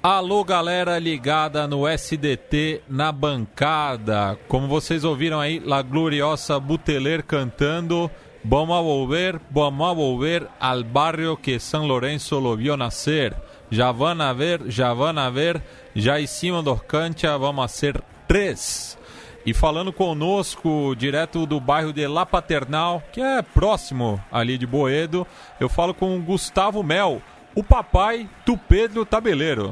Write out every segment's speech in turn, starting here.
Alô, galera ligada no SDT na bancada. Como vocês ouviram aí, La Gloriosa Buteler cantando Vamos a volver al barrio que San Lorenzo lo vio nacer. Já van a ver, já em cima do cancha, vamos a ser 3. E falando conosco, direto do bairro de La Paternal, que é próximo ali de Boedo, eu falo com o Gustavo Mel, o papai do Pedro Tabeleiro.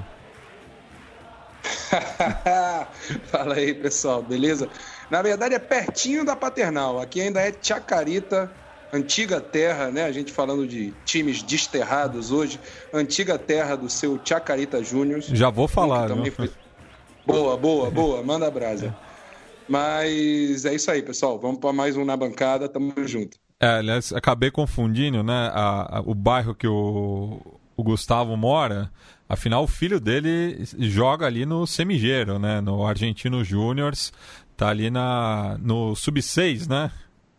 Fala aí, pessoal, beleza? Na verdade é pertinho da Paternal, aqui ainda é Chacarita, antiga terra, né? A gente falando de times desterrados hoje, antiga terra do seu Chacarita Júnior. Já vou falar, né? Foi... Boa, manda brasa. Mas é isso aí, pessoal, vamos para mais um Na Bancada, tamo junto. Aliás, acabei confundindo, né, o bairro que o Gustavo mora. Afinal, o filho dele joga ali no Semigero, né? No Argentino Júniors. Tá ali no Sub-6, né?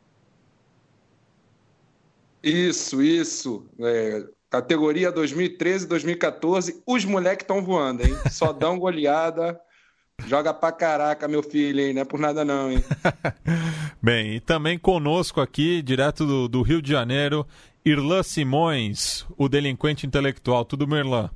Isso. Categoria 2013, 2014. Os moleques estão voando, hein? Só dão goleada. Joga pra caraca, meu filho, hein? Não é por nada não, hein? Bem, e também conosco aqui, direto do Rio de Janeiro, Irlan Simões, o delinquente intelectual. Tudo bem, Irlan?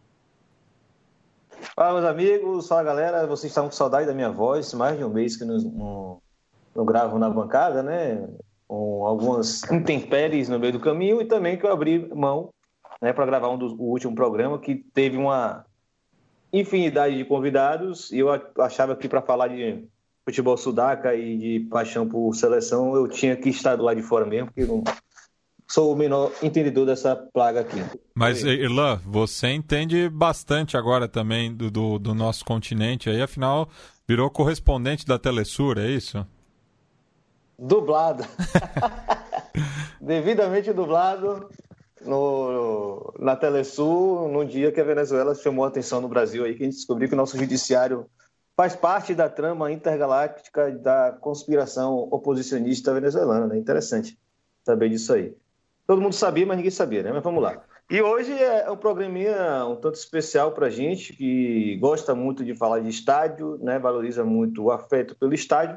Fala, meus amigos, fala, galera. Vocês estão com saudade da minha voz, mais de um mês que não gravo na bancada, né? Com algumas intempéries no meio do caminho e também que eu abri mão, né, para gravar o último programa que teve uma infinidade de convidados e eu achava que para falar de futebol sudaca e de paixão por seleção eu tinha que estar do lado de fora mesmo, porque não sou o menor entendedor dessa plaga aqui. Mas, Irlan, você entende bastante agora também do nosso continente aí, afinal virou correspondente da Telesur, é isso? Dublado. Devidamente dublado na Telesul, num dia que a Venezuela chamou a atenção no Brasil aí, que a gente descobriu que o nosso judiciário faz parte da trama intergaláctica da conspiração oposicionista venezuelana, né? Interessante saber disso aí. Todo mundo sabia, mas ninguém sabia, né? Mas vamos lá. E hoje é um programinha um tanto especial pra gente, que gosta muito de falar de estádio, né? Valoriza muito o afeto pelo estádio.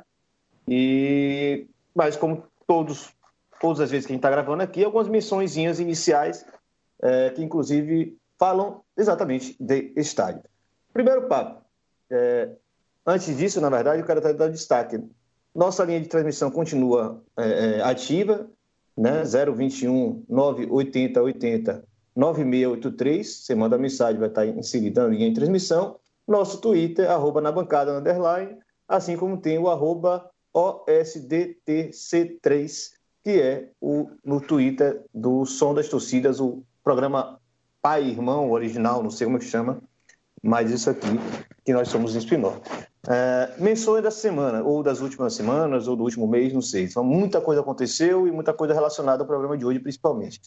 Mas como todas as vezes que a gente está gravando aqui, algumas mençõezinhas iniciais que inclusive falam exatamente de estádio. Primeiro papo. Antes disso, na verdade, eu quero dar destaque. Nossa linha de transmissão continua ativa, né? 021 980 80 9683. Você manda a mensagem, vai estar inserida na linha de transmissão. Nosso Twitter, @nabancada_, assim como tem o @OSDTC3, que é no Twitter do Som das Torcidas, o programa pai, irmão, original, não sei como é que chama, mas isso aqui, que nós somos em spin-off. Menções da semana, ou das últimas semanas, ou do último mês, não sei. Então, muita coisa aconteceu e muita coisa relacionada ao programa de hoje, principalmente.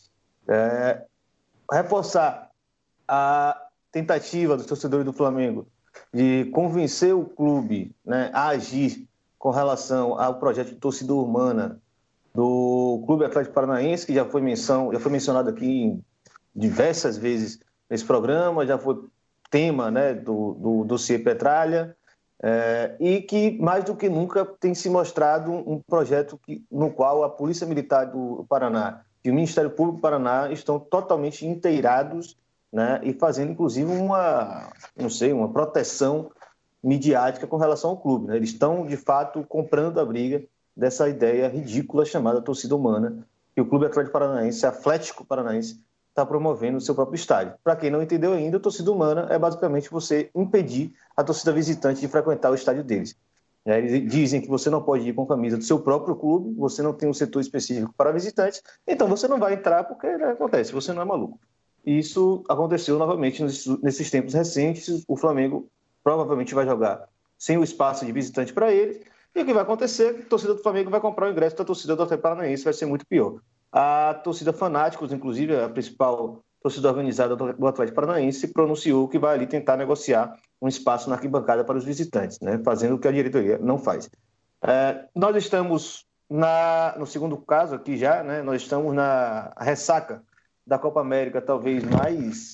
Reforçar a tentativa dos torcedores do Flamengo de convencer o clube, né, a agir com relação ao projeto de torcida urbana do Clube Atlético Paranaense, que já foi mencionado aqui diversas vezes nesse programa, já foi tema, né, do dossiê Petralha, e que, mais do que nunca, tem se mostrado um projeto no qual a Polícia Militar do Paraná e o Ministério Público do Paraná estão totalmente inteirados, né, e fazendo, inclusive, uma proteção midiática com relação ao clube, né? Eles estão, de fato, comprando a briga dessa ideia ridícula chamada torcida humana, que o Clube Atlético Paranaense, está promovendo no seu próprio estádio. Para quem não entendeu ainda, a torcida humana é basicamente você impedir a torcida visitante de frequentar o estádio deles. Eles dizem que você não pode ir com a camisa do seu próprio clube, você não tem um setor específico para visitantes, então você não vai entrar porque, né, acontece, você não é maluco. Isso aconteceu novamente nesses tempos recentes. O Flamengo provavelmente vai jogar sem o espaço de visitante para ele, e o que vai acontecer? A torcida do Flamengo vai comprar o ingresso da torcida do Atlético Paranaense, vai ser muito pior. A torcida Fanáticos, inclusive a principal torcida organizada do Atlético Paranaense, pronunciou que vai ali tentar negociar um espaço na arquibancada para os visitantes, né? Fazendo o que a diretoria não faz. Nós estamos no segundo caso aqui já, né? Nós estamos na ressaca da Copa América, talvez mais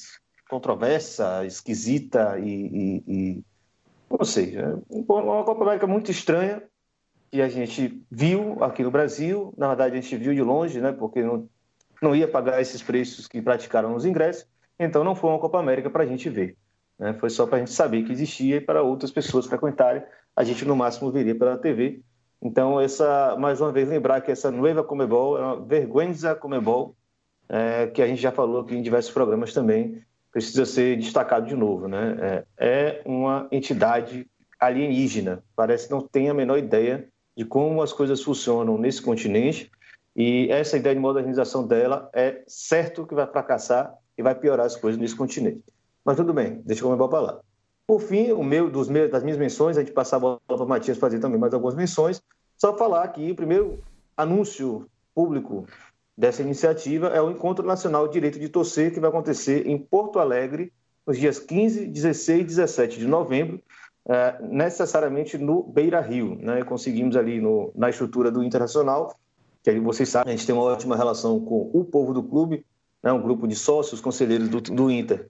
controversa, esquisita e não sei, uma Copa América muito estranha que a gente viu aqui no Brasil. Na verdade, a gente viu de longe, né, porque não ia pagar esses preços que praticaram nos ingressos, então não foi uma Copa América para a gente ver, né? Foi só para a gente saber que existia e para outras pessoas frequentarem, a gente no máximo veria pela TV. Então, mais uma vez, lembrar que essa Nueva Conmebol é uma vergüenza Conmebol, que a gente já falou aqui em diversos programas também, precisa ser destacado de novo, né? É uma entidade alienígena, parece que não tem a menor ideia de como as coisas funcionam nesse continente, e essa ideia de modernização dela é certo que vai fracassar e vai piorar as coisas nesse continente. Mas tudo bem, deixa eu começar para lá. Por fim, das minhas menções, a gente passar a bola para o Matias fazer também mais algumas menções, só falar que o primeiro anúncio público dessa iniciativa é o Encontro Nacional de Direito de Torcer, que vai acontecer em Porto Alegre nos dias 15, 16 e 17 de novembro, necessariamente no Beira-Rio, né? Conseguimos ali na estrutura do Internacional, que aí vocês sabem, a gente tem uma ótima relação com o povo do clube, né? Um grupo de sócios, conselheiros do Inter,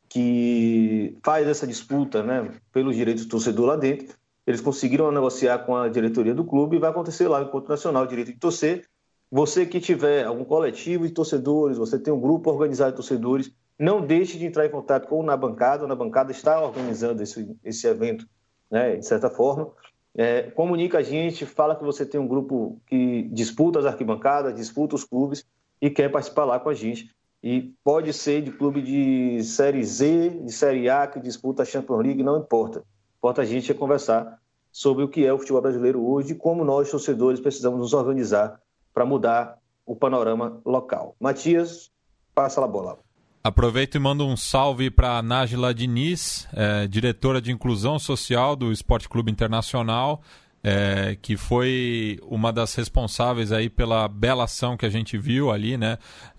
que faz essa disputa, né, pelos direitos do torcedor lá dentro. Eles conseguiram negociar com a diretoria do clube e vai acontecer lá o Encontro Nacional de Direito de Torcer. Você que tiver algum coletivo de torcedores, você tem um grupo organizado de torcedores, não deixe de entrar em contato com o Na Bancada. O Na Bancada está organizando esse evento, né, de certa forma. Comunica a gente, fala que você tem um grupo que disputa as arquibancadas, disputa os clubes e quer participar lá com a gente. E pode ser de clube de Série Z, de Série A, que disputa a Champions League, não importa. Importa a gente conversar sobre o que é o futebol brasileiro hoje e como nós, torcedores, precisamos nos organizar para mudar o panorama local. Matias, passa a bola. Aproveito e mando um salve para a Nájila Diniz, diretora de Inclusão Social do Esporte Clube Internacional, que foi uma das responsáveis aí pela bela ação que a gente viu ali, né?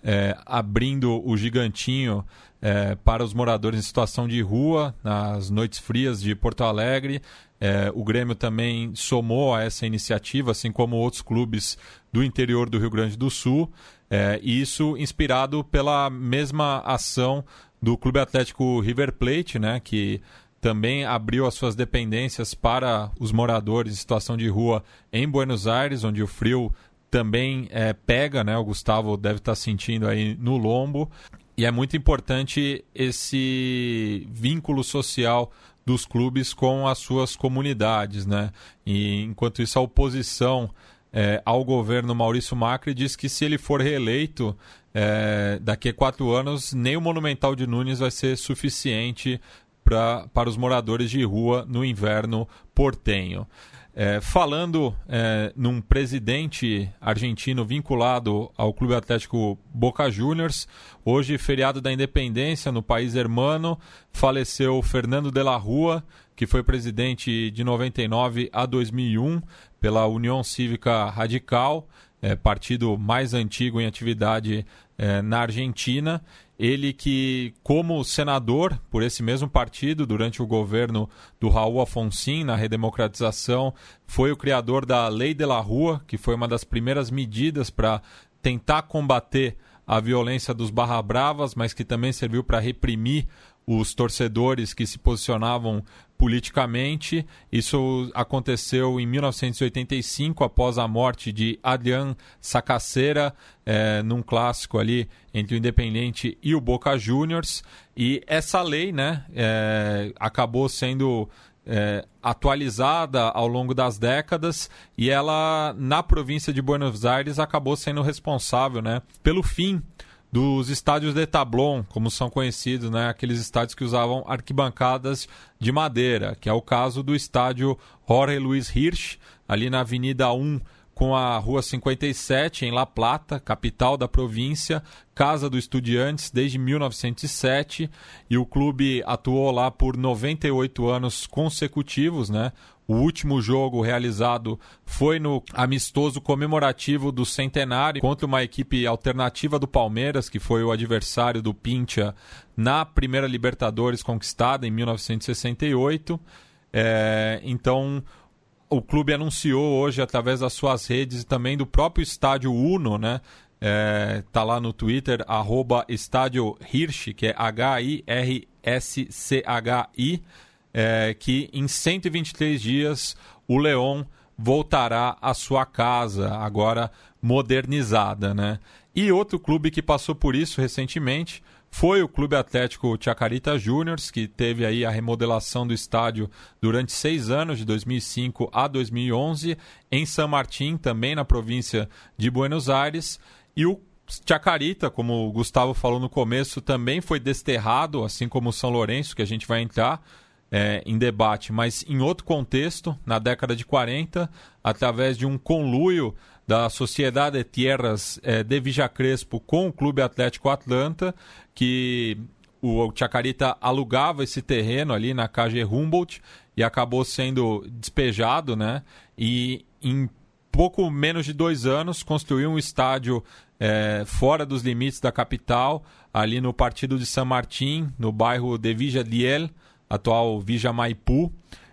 Abrindo o Gigantinho para os moradores em situação de rua nas noites frias de Porto Alegre. O Grêmio também somou a essa iniciativa, assim como outros clubes do interior do Rio Grande do Sul, e isso inspirado pela mesma ação do Clube Atlético River Plate, né, que também abriu as suas dependências para os moradores em situação de rua em Buenos Aires, onde o frio também pega, né? O Gustavo deve estar sentindo aí no lombo. E é muito importante esse vínculo social dos clubes com as suas comunidades, né? E, enquanto isso, a oposição ao governo Maurício Macri diz que se ele for reeleito, daqui a 4 anos, nem o Monumental de Nunes vai ser suficiente para os moradores de rua no inverno portenho. Falando num presidente argentino vinculado ao Clube Atlético Boca Juniors, hoje, feriado da Independência no país hermano, faleceu Fernando de la Rúa, que foi presidente de 99 a 2001 pela União Cívica Radical, partido mais antigo em atividade na Argentina. Ele que, como senador por esse mesmo partido, durante o governo do Raul Alfonsín, na redemocratização, foi o criador da Lei de la Rúa, que foi uma das primeiras medidas para tentar combater a violência dos barra bravas, mas que também serviu para reprimir os torcedores que se posicionavam politicamente. Isso aconteceu em 1985, após a morte de Adrián Sacacera, num clássico ali entre o Independiente e o Boca Juniors. E essa lei, né, acabou sendo atualizada ao longo das décadas, e ela, na província de Buenos Aires, acabou sendo responsável, né, pelo fim dos estádios de tablón, como são conhecidos, né, aqueles estádios que usavam arquibancadas de madeira, que é o caso do estádio Jorge Luis Hirsch, ali na Avenida 1 com a Rua 57, em La Plata, capital da província, casa do Estudiantes desde 1907, e o clube atuou lá por 98 anos consecutivos, né? O último jogo realizado foi no amistoso comemorativo do centenário contra uma equipe alternativa do Palmeiras, que foi o adversário do Pincha na primeira Libertadores conquistada em 1968. Então, o clube anunciou hoje, através das suas redes e também do próprio estádio Uno, né, tá lá no Twitter, @Estádio Hirsch, que é HIRSCHI, que em 123 dias o León voltará à sua casa, agora modernizada, né? E outro clube que passou por isso recentemente foi o Clube Atlético Chacarita Juniors, que teve aí a remodelação do estádio durante 6 anos, de 2005 a 2011, em San Martín, também na província de Buenos Aires. E o Chacarita, como o Gustavo falou no começo, também foi desterrado, assim como o São Lourenço, que a gente vai entrar em debate, mas em outro contexto, na década de 40, através de um conluio da Sociedade de Tierras de Villa Crespo com o Clube Atlético Atlanta, que o Chacarita alugava esse terreno ali na KG Humboldt e acabou sendo despejado, né? E em pouco menos de 2 anos construiu um estádio fora dos limites da capital, ali no partido de San Martín, no bairro de Villa Diel, atual Villa Maipú,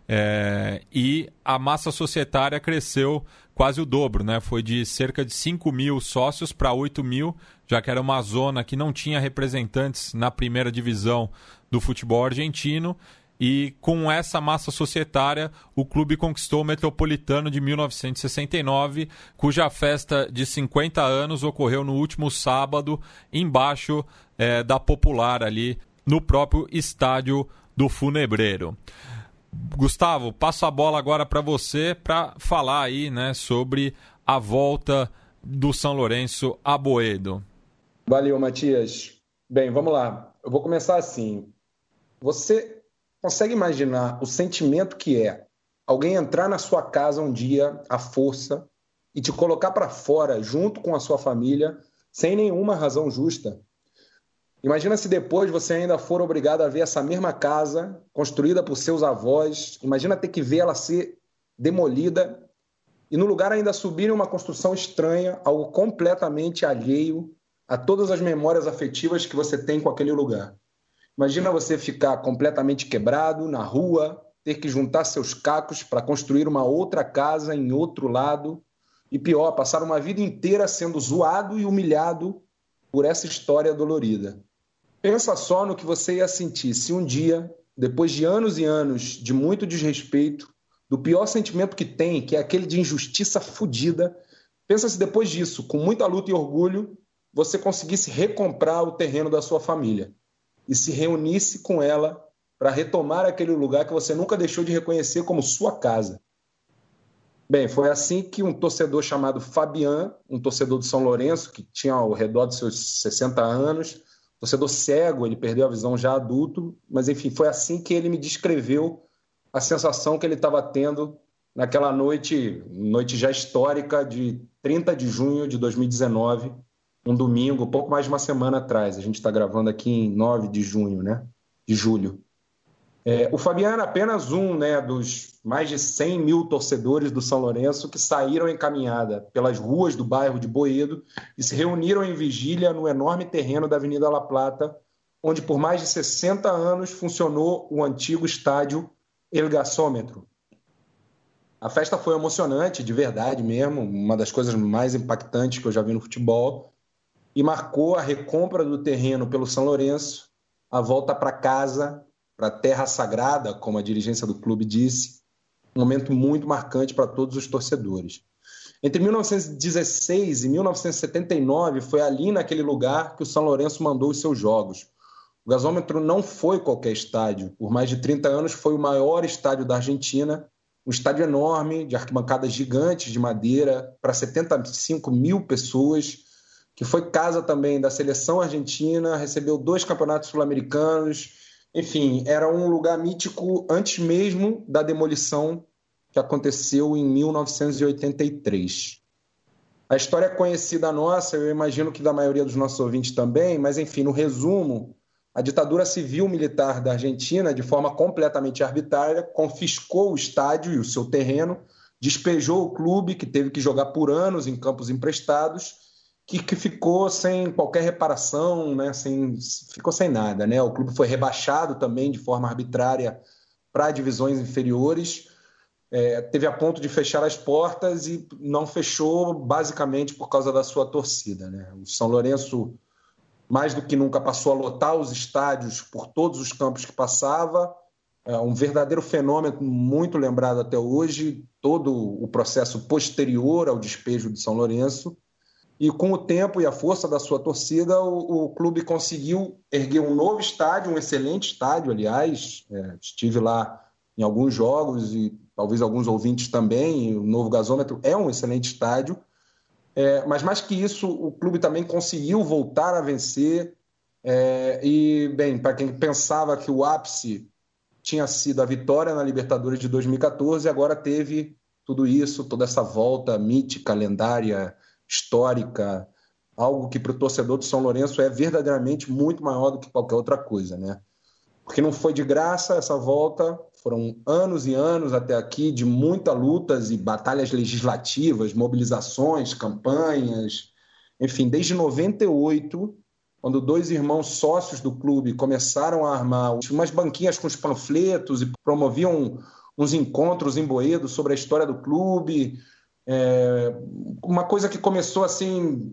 e a massa societária cresceu quase o dobro, né? Foi de cerca de 5 mil sócios para 8 mil, já que era uma zona que não tinha representantes na primeira divisão do futebol argentino. E com essa massa societária, o clube conquistou o Metropolitano de 1969, cuja festa de 50 anos ocorreu no último sábado, embaixo da Popular, ali no próprio estádio do Funebreiro. Gustavo, passo a bola agora para você para falar aí, né, sobre a volta do São Lourenço a Boedo. Valeu, Matias. Bem, vamos lá. Eu vou começar assim. Você consegue imaginar o sentimento que é alguém entrar na sua casa um dia à força e te colocar para fora junto com a sua família sem nenhuma razão justa? Imagina se depois você ainda for obrigado a ver essa mesma casa construída por seus avós. Imagina ter que ver ela ser demolida e no lugar ainda subir uma construção estranha, algo completamente alheio a todas as memórias afetivas que você tem com aquele lugar. Imagina você ficar completamente quebrado na rua, ter que juntar seus cacos para construir uma outra casa em outro lado e pior, passar uma vida inteira sendo zoado e humilhado por essa história dolorida. Pensa só no que você ia sentir se um dia, depois de anos e anos de muito desrespeito, do pior sentimento que tem, que é aquele de injustiça fodida, pensa se depois disso, com muita luta e orgulho, você conseguisse recomprar o terreno da sua família e se reunisse com ela para retomar aquele lugar que você nunca deixou de reconhecer como sua casa. Bem, foi assim que um torcedor chamado Fabian, um torcedor de São Lourenço, que tinha ao redor de seus 60 anos, torcedor cego, ele perdeu a visão já adulto, mas enfim, foi assim que ele me descreveu a sensação que ele estava tendo naquela noite já histórica de 30 de junho de 2019, um domingo, pouco mais de uma semana atrás. A gente está gravando aqui em 9 de junho, né? De julho. O Fabiano era apenas um, né, dos mais de 100 mil torcedores do São Lourenço que saíram em caminhada pelas ruas do bairro de Boedo e se reuniram em vigília no enorme terreno da Avenida La Plata, onde por mais de 60 anos funcionou o antigo estádio El Gasômetro. A festa foi emocionante, de verdade mesmo, uma das coisas mais impactantes que eu já vi no futebol, e marcou a recompra do terreno pelo São Lourenço, a volta para casa, para a terra sagrada, como a dirigência do clube disse, um momento muito marcante para todos os torcedores. Entre 1916 e 1979, foi ali naquele lugar que o São Lourenço mandou os seus jogos. O Gasômetro não foi qualquer estádio. Por mais de 30 anos foi o maior estádio da Argentina, um estádio enorme, de arquibancadas gigantes de madeira, para 75 mil pessoas, que foi casa também da seleção argentina, recebeu 2 campeonatos sul-americanos. Enfim, era um lugar mítico antes mesmo da demolição que aconteceu em 1983. A história é conhecida nossa, eu imagino que da maioria dos nossos ouvintes também, mas enfim, no resumo, a ditadura civil-militar da Argentina, de forma completamente arbitrária, confiscou o estádio e o seu terreno, despejou o clube, que teve que jogar por anos em campos emprestados, que ficou sem qualquer reparação, né? Ficou sem nada, né? O clube foi rebaixado também de forma arbitrária para divisões inferiores. teve a ponto de fechar as portas e não fechou basicamente por causa da sua torcida, né? O São Lourenço, mais do que nunca, passou a lotar os estádios por todos os campos que passava, um verdadeiro fenômeno muito lembrado até hoje, todo o processo posterior ao despejo de São Lourenço. E com o tempo e a força da sua torcida, o clube conseguiu erguer um novo estádio, um excelente estádio, aliás. Estive lá em alguns jogos e talvez alguns ouvintes também. O novo gasômetro é um excelente estádio. Mas mais que isso, o clube também conseguiu voltar a vencer. E, bem, para quem pensava que o ápice tinha sido a vitória na Libertadores de 2014, agora teve tudo isso, toda essa volta mítica, lendária, histórica, algo que para o torcedor do São Lourenço é verdadeiramente muito maior do que qualquer outra coisa, né? Porque não foi de graça essa volta, foram anos e anos até aqui de muitas lutas e batalhas legislativas, mobilizações, campanhas, enfim, desde 98, quando dois irmãos sócios do clube começaram a armar umas banquinhas com os panfletos e promoviam uns encontros em Boedo sobre a história do clube. Uma coisa que começou assim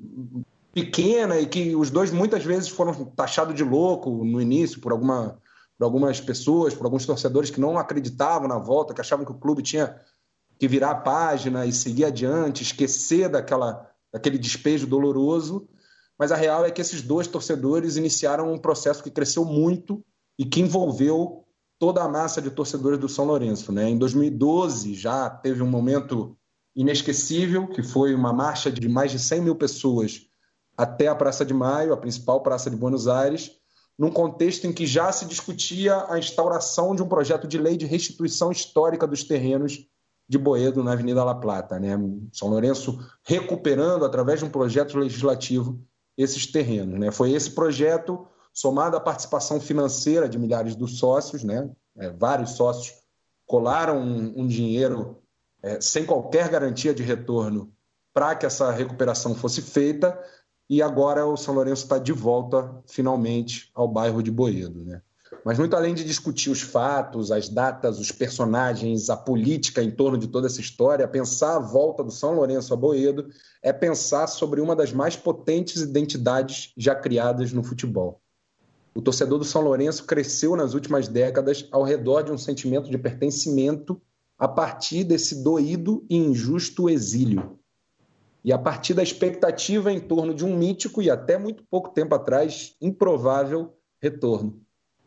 pequena e que os dois muitas vezes foram taxados de louco no início por algumas pessoas, por alguns torcedores que não acreditavam na volta, que achavam que o clube tinha que virar a página e seguir adiante, esquecer daquele despejo doloroso. Mas a real é que esses dois torcedores iniciaram um processo que cresceu muito e que envolveu toda a massa de torcedores do São Lourenço, né? Em 2012 já teve um momento inesquecível, que foi uma marcha de mais de 100 mil pessoas até a Praça de Maio, a principal praça de Buenos Aires, num contexto em que já se discutia a instauração de um projeto de lei de restituição histórica dos terrenos de Boedo na Avenida La Plata, né? São Lourenço recuperando, através de um projeto legislativo, esses terrenos, né? Foi esse projeto, somado à participação financeira de milhares dos sócios, né? Vários sócios colaram um dinheiro sem qualquer garantia de retorno para que essa recuperação fosse feita, e agora o São Lourenço está de volta, finalmente, ao bairro de Boedo, né? Mas muito além de discutir os fatos, as datas, os personagens, a política em torno de toda essa história, pensar a volta do São Lourenço a Boedo é pensar sobre uma das mais potentes identidades já criadas no futebol. O torcedor do São Lourenço cresceu nas últimas décadas ao redor de um sentimento de pertencimento a partir desse doído e injusto exílio. E a partir da expectativa em torno de um mítico e até muito pouco tempo atrás, improvável retorno.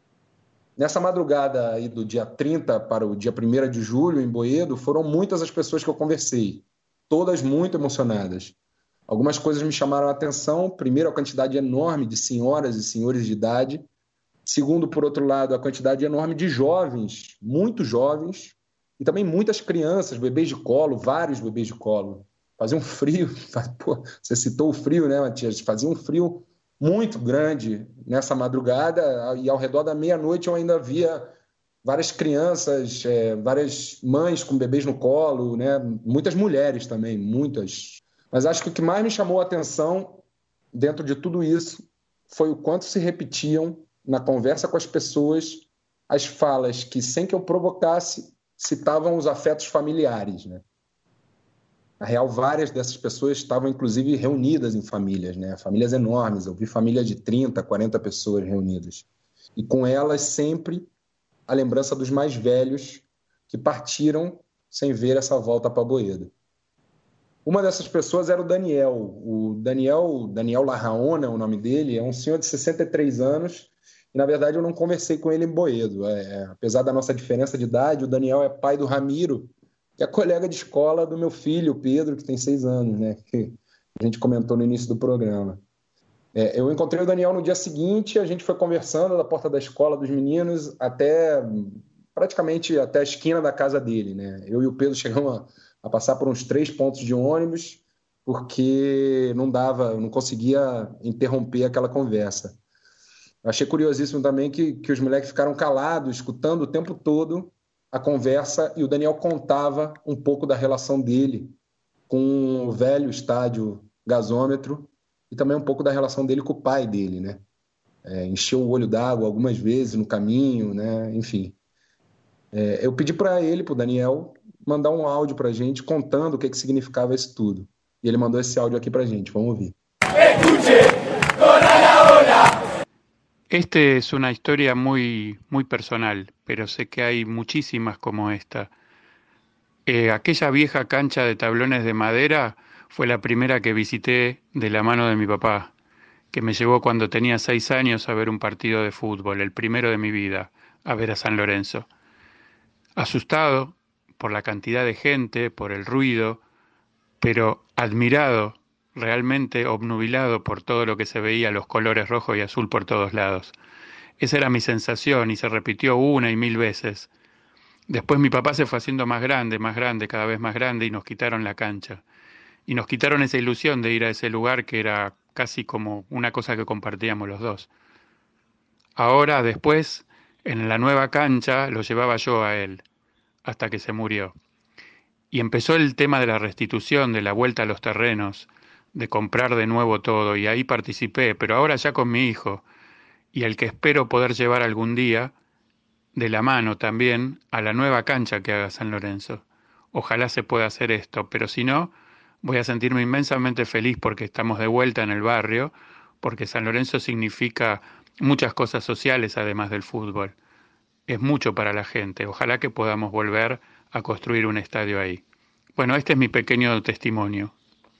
Nessa madrugada aí do dia 30 para o dia 1º de julho, em Boedo, foram muitas as pessoas que eu conversei, todas muito emocionadas. Algumas coisas me chamaram a atenção. Primeiro, a quantidade enorme de senhoras e senhores de idade. Segundo, por outro lado, a quantidade enorme de jovens, muito jovens, e também muitas crianças, bebês de colo, vários bebês de colo. Fazia um frio, pô, você citou o frio, né, Matias? Fazia um frio muito grande nessa madrugada, e ao redor da meia-noite eu ainda via várias crianças, várias mães com bebês no colo, né? Muitas mulheres também, muitas. Mas acho que o que mais me chamou a atenção dentro de tudo isso foi o quanto se repetiam na conversa com as pessoas as falas que, sem que eu provocasse, citavam os afetos familiares, né? Na real, várias dessas pessoas estavam, inclusive, reunidas em famílias, né? Famílias enormes. Eu vi famílias de 30, 40 pessoas reunidas. E com elas sempre a lembrança dos mais velhos que partiram sem ver essa volta para Boedo. Uma dessas pessoas era o Daniel. O Daniel Larraona é o nome dele, é um senhor de 63 anos. E, na verdade, eu não conversei com ele em Boedo. Apesar da nossa diferença de idade, o Daniel é pai do Ramiro, que é colega de escola do meu filho, o Pedro, que tem 6 anos, né? Que a gente comentou no início do programa. Eu encontrei o Daniel no dia seguinte, a gente foi conversando da porta da escola dos meninos praticamente até a esquina da casa dele, né? Eu e o Pedro chegamos a passar por uns 3 pontos de ônibus, porque não dava, não conseguia interromper aquela conversa. Eu achei curiosíssimo também que os moleques ficaram calados, escutando o tempo todo a conversa, e o Daniel contava um pouco da relação dele com o velho estádio gasômetro e também um pouco da relação dele com o pai dele, né? Encheu o olho d'água algumas vezes no caminho, né? Enfim. Eu pedi para ele, para o Daniel, mandar um áudio pra gente contando o que significava isso tudo. E ele mandou esse áudio aqui pra gente, vamos ouvir. Esta es una historia muy, muy personal, pero sé que hay muchísimas como esta. Aquella vieja cancha de tablones de madera fue la primera que visité de la mano de mi papá, que me llevó cuando tenía 6 años a ver un partido de fútbol, el primero de mi vida, a ver a San Lorenzo. Asustado por la cantidad de gente, por el ruido, pero admirado, realmente obnubilado por todo lo que se veía, los colores rojo y azul por todos lados. Esa era mi sensación y se repitió 1 y 1000 veces. Después mi papá se fue haciendo más grande, cada vez más grande, y nos quitaron la cancha. Y nos quitaron esa ilusión de ir a ese lugar que era casi como una cosa que compartíamos los dos. Ahora, después, en la nueva cancha, lo llevaba yo a él, hasta que se murió. Y empezó el tema de la restitución, de la vuelta a los terrenos, de comprar de nuevo todo, y ahí participé, pero ahora ya con mi hijo, y al que espero poder llevar algún día, de la mano también, a la nueva cancha que haga San Lorenzo. Ojalá se pueda hacer esto, pero si no, voy a sentirme inmensamente feliz porque estamos de vuelta en el barrio, porque San Lorenzo significa muchas cosas sociales además del fútbol. Es mucho para la gente. Ojalá que podamos volver a construir un estadio ahí. Bueno, este es mi pequeño testimonio.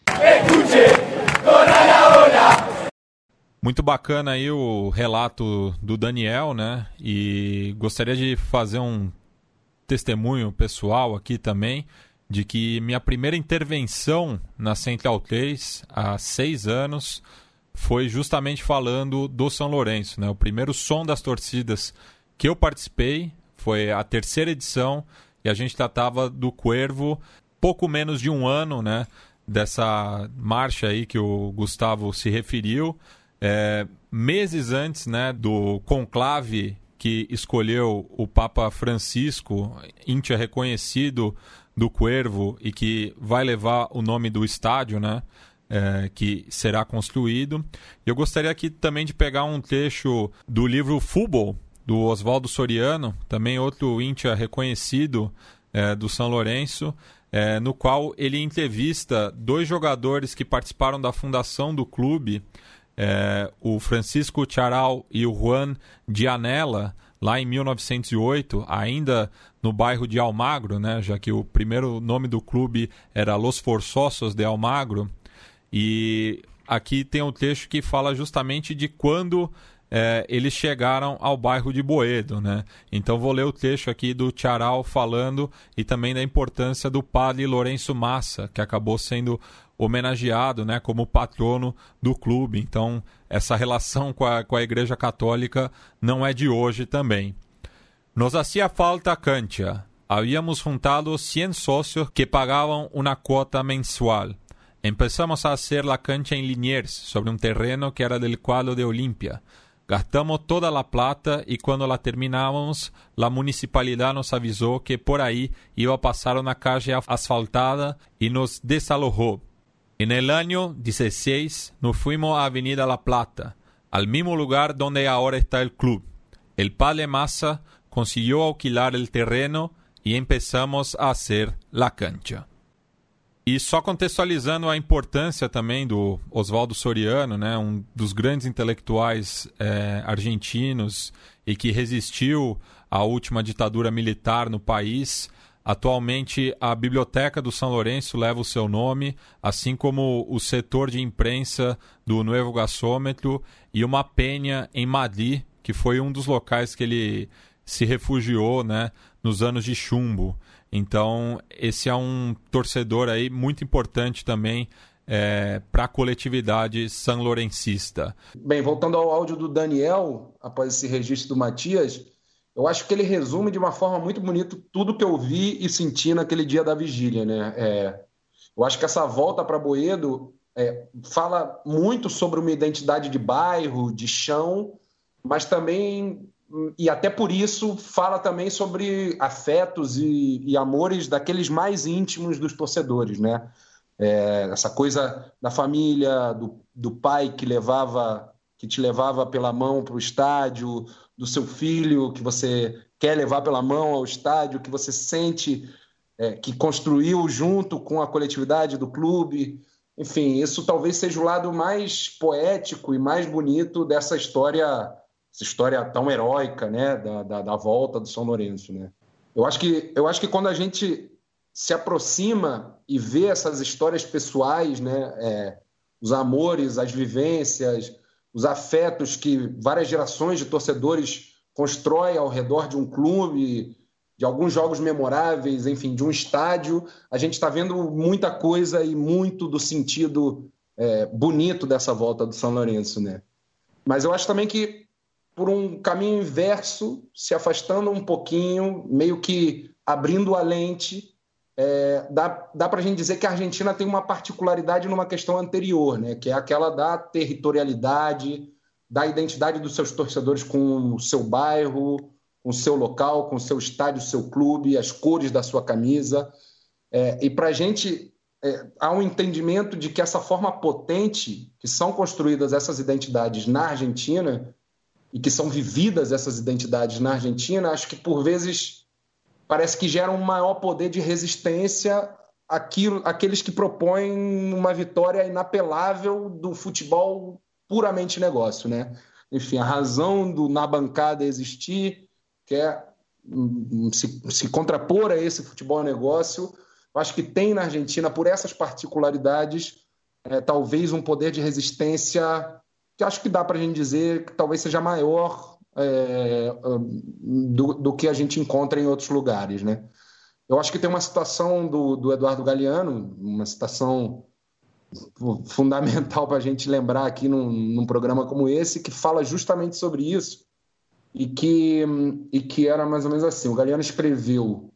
Muito bacana aí o relato do Daniel, né? E gostaria de fazer um testemunho pessoal aqui também de que minha primeira intervenção na Central 3, há 6 anos, foi justamente falando do São Lourenço, né? O primeiro som das torcidas que eu participei foi a 3ª edição e a gente tratava do Cuervo, pouco menos de 1 ano, né? Dessa marcha aí que o Gustavo se referiu. Meses antes, né, do conclave que escolheu o Papa Francisco, íntia reconhecido do Cuervo e que vai levar o nome do estádio, né, que será construído. Eu gostaria aqui também de pegar um trecho do livro Futebol, do Oswaldo Soriano, também outro íntia reconhecido do São Lourenço, no qual ele entrevista 2 jogadores que participaram da fundação do clube, o Francisco Charal e o Juan Dianella, lá em 1908, ainda no bairro de Almagro, né, já que o primeiro nome do clube era Los Forzosos de Almagro. E aqui tem um trecho que fala justamente de quando eles chegaram ao bairro de Boedo, né? Então vou ler o trecho aqui do Charal falando e também da importância do padre Lourenço Massa, que acabou sendo homenageado, né, como patrono do clube. Então essa relação com a Igreja Católica não é de hoje também. Nos hacía falta cancha. Habíamos juntado 100 socios que pagavam uma cuota mensual. Empezamos a hacer la cancha en Liniers, sobre un terreno que era del cuadro de Olimpia. Gastamos toda la plata y cuando la terminábamos, la municipalidad nos avisó que por ahí iba a pasar una calle asfaltada y nos desalojó. En el año 16 nos fuimos a Avenida La Plata, al mismo lugar donde ahora está el club. El padre Massa consiguió alquilar el terreno y empezamos a hacer la cancha. E só contextualizando a importância também do Oswaldo Soriano, né, um dos grandes intelectuais argentinos e que resistiu à última ditadura militar no país. Atualmente, a Biblioteca do São Lourenço leva o seu nome, assim como o setor de imprensa do Nuevo Gasômetro e uma penha em Madrid, que foi um dos locais que ele se refugiou, né, nos anos de chumbo. Então, esse é um torcedor aí muito importante também para a coletividade sanlourencista. Bem, voltando ao áudio do Daniel, após esse registro do Matias, eu acho que ele resume de uma forma muito bonita tudo que eu vi e senti naquele dia da vigília, né? Eu acho que essa volta para Boedo fala muito sobre uma identidade de bairro, de chão, mas também... E até por isso fala também sobre afetos e amores daqueles mais íntimos dos torcedores, né? Essa coisa da família, do pai que te levava pela mão para o estádio, do seu filho que você quer levar pela mão ao estádio, que você sente que construiu junto com a coletividade do clube. Enfim, isso talvez seja o lado mais poético e mais bonito dessa história, essa história tão heróica, né, da volta do São Lourenço, né? Eu acho que quando a gente se aproxima e vê essas histórias pessoais, né, os amores, as vivências, os afetos que várias gerações de torcedores constroem ao redor de um clube, de alguns jogos memoráveis, enfim, de um estádio, a gente está vendo muita coisa e muito do sentido bonito dessa volta do São Lourenço, né? Mas eu acho também que, por um caminho inverso, se afastando um pouquinho, meio que abrindo a lente, dá para a gente dizer que a Argentina tem uma particularidade numa questão anterior, né? Que é aquela da territorialidade, da identidade dos seus torcedores com o seu bairro, com o seu local, com o seu estádio, o seu clube, as cores da sua camisa. E para a gente há um entendimento de que essa forma potente que são construídas essas identidades na Argentina e que são vividas essas identidades na Argentina, acho que por vezes parece que geram um maior poder de resistência àqueles que propõem uma vitória inapelável do futebol puramente negócio, né? Enfim, a razão do Na Bancada existir, que é se contrapor a esse futebol negócio, eu acho que tem na Argentina, por essas particularidades, talvez um poder de resistência que acho que dá para a gente dizer que talvez seja maior do que a gente encontra em outros lugares, né? Eu acho que tem uma citação do Eduardo Galeano, uma citação fundamental para a gente lembrar aqui num programa como esse, que fala justamente sobre isso e que era mais ou menos assim. O Galeano escreveu: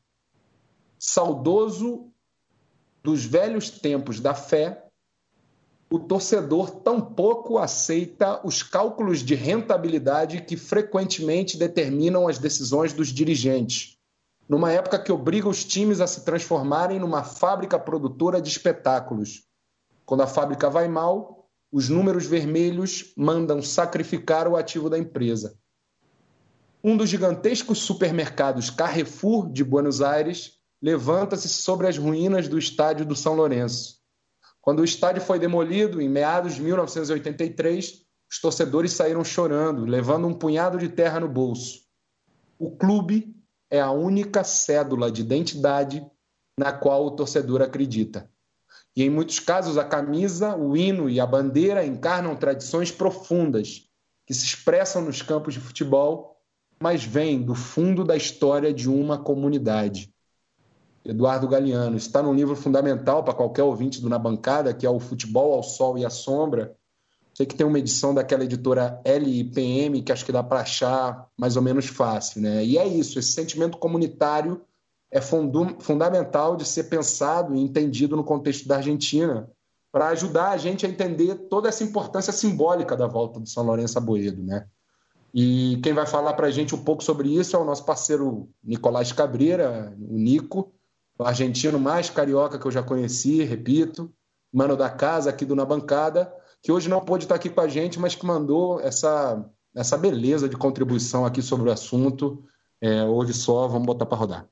saudoso dos velhos tempos da fé, o torcedor tampouco aceita os cálculos de rentabilidade que frequentemente determinam as decisões dos dirigentes, numa época que obriga os times a se transformarem numa fábrica produtora de espetáculos. Quando a fábrica vai mal, os números vermelhos mandam sacrificar o ativo da empresa. Um dos gigantescos supermercados Carrefour de Buenos Aires levanta-se sobre as ruínas do estádio do São Lourenço. Quando o estádio foi demolido, em meados de 1983, os torcedores saíram chorando, levando um punhado de terra no bolso. O clube é a única cédula de identidade na qual o torcedor acredita. E, em muitos casos, a camisa, o hino e a bandeira encarnam tradições profundas que se expressam nos campos de futebol, mas vêm do fundo da história de uma comunidade. Eduardo Galeano. Está num livro fundamental para qualquer ouvinte do Na Bancada, que é o Futebol ao Sol e à Sombra. Sei que tem uma edição daquela editora LIPM, que acho que dá para achar mais ou menos fácil, né? E é isso, esse sentimento comunitário é fundamental de ser pensado e entendido no contexto da Argentina, para ajudar a gente a entender toda essa importância simbólica da volta do São Lourenço a Boedo, né? E quem vai falar para a gente um pouco sobre isso é o nosso parceiro Nicolás Cabreira, o Nico, o argentino mais carioca que eu já conheci, repito, mano da casa aqui do Na Bancada, que hoje não pôde estar aqui com a gente, mas que mandou essa beleza de contribuição aqui sobre o assunto. Hoje só, vamos botar para rodar.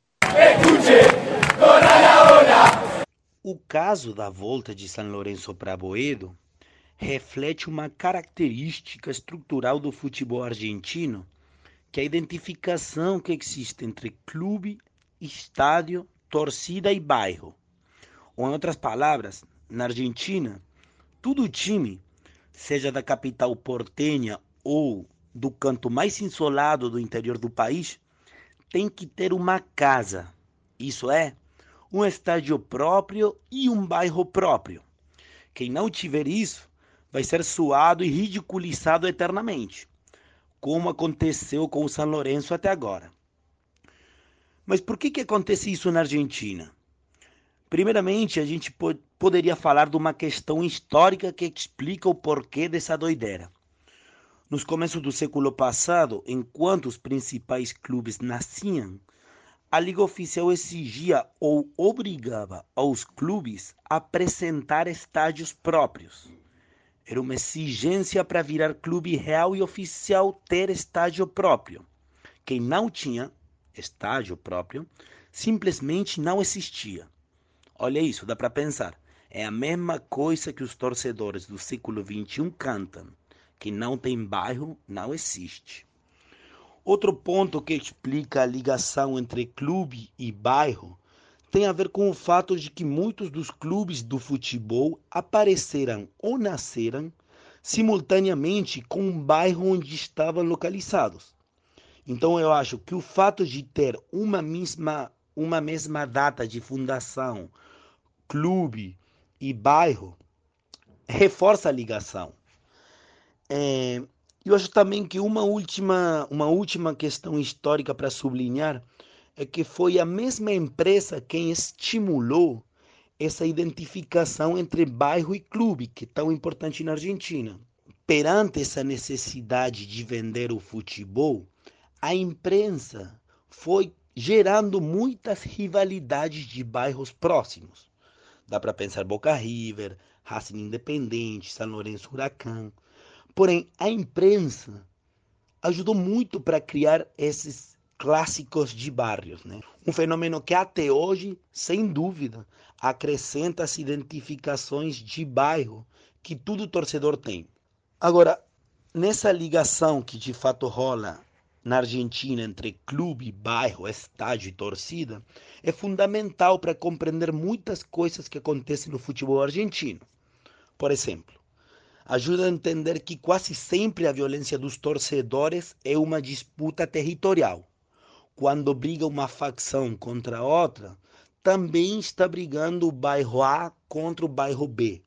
O caso da volta de São Lourenço para Boedo reflete uma característica estrutural do futebol argentino, que é a identificação que existe entre clube, estádio, torcida e bairro. Ou, em outras palavras, na Argentina, todo time, seja da capital portenha ou do canto mais insolado do interior do país, tem que ter uma casa, isso é, um estádio próprio e um bairro próprio. Quem não tiver isso vai ser suado e ridiculizado eternamente, como aconteceu com o São Lourenço até agora. Mas por que acontece isso na Argentina? Primeiramente, a gente poderia falar de uma questão histórica que explica o porquê dessa doideira. Nos começos do século passado, enquanto os principais clubes nasciam, a Liga Oficial exigia ou obrigava aos clubes a apresentar estádios próprios. Era uma exigência para virar clube real e oficial ter estádio próprio. Quem não tinha estádio próprio simplesmente não existia. Olha isso, dá para pensar. É a mesma coisa que os torcedores do século XXI cantam, que não tem bairro, não existe. Outro ponto que explica a ligação entre clube e bairro tem a ver com o fato de que muitos dos clubes do futebol apareceram ou nasceram simultaneamente com o bairro onde estavam localizados. Então eu acho que o fato de ter uma mesma data de fundação, clube e bairro, reforça a ligação. Eu acho também que uma última questão histórica para sublinhar é que foi a mesma empresa quem estimulou essa identificação entre bairro e clube, que é tão importante na Argentina. Perante essa necessidade de vender o futebol, a imprensa foi gerando muitas rivalidades de bairros próximos. Dá para pensar Boca River, Racing Independente, São Lourenço Huracán. Porém, a imprensa ajudou muito para criar esses clássicos de bairros, né? Um fenômeno que até hoje, sem dúvida, acrescenta as identificações de bairro que todo torcedor tem. Agora, nessa ligação que de fato rola na Argentina entre clube, bairro, estádio e torcida, é fundamental para compreender muitas coisas que acontecem no futebol argentino. Por exemplo, ajuda a entender que quase sempre a violência dos torcedores é uma disputa territorial. Quando briga uma facção contra outra, também está brigando o bairro A contra o bairro B.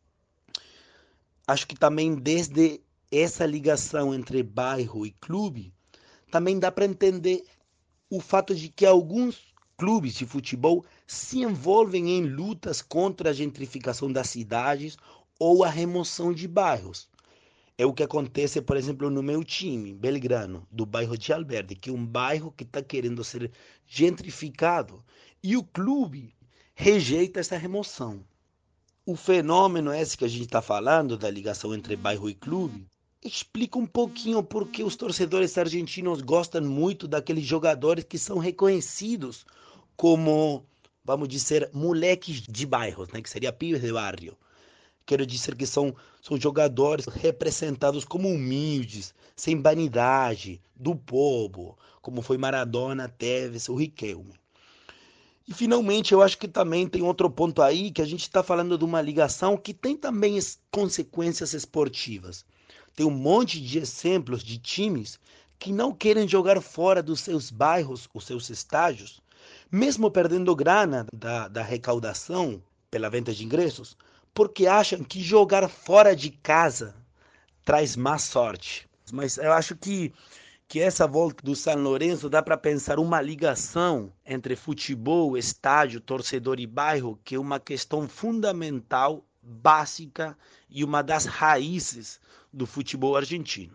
Acho que também desde essa ligação entre bairro e clube, também dá para entender o fato de que alguns clubes de futebol se envolvem em lutas contra a gentrificação das cidades ou a remoção de bairros. É o que acontece, por exemplo, no meu time, Belgrano, do bairro de Alberdi, que é um bairro que está querendo ser gentrificado e o clube rejeita essa remoção. O fenômeno esse que a gente está falando, da ligação entre bairro e clube, explica um pouquinho porque os torcedores argentinos gostam muito daqueles jogadores que são reconhecidos como, vamos dizer, moleques de bairros, né? Que seria pibes de barrio. Quero dizer que são jogadores representados como humildes, sem vanidade, do povo, como foi Maradona, Tevez, o Riquelme. E finalmente eu acho que também tem outro ponto aí, que a gente está falando de uma ligação que tem também consequências esportivas. Tem um monte de exemplos de times que não querem jogar fora dos seus bairros, os seus estádios, mesmo perdendo grana da recaudação pela venda de ingressos, porque acham que jogar fora de casa traz má sorte. Mas eu acho que essa volta do São Lourenço dá para pensar uma ligação entre futebol, estádio, torcedor e bairro, que é uma questão fundamental, básica e uma das raízes do futebol argentino.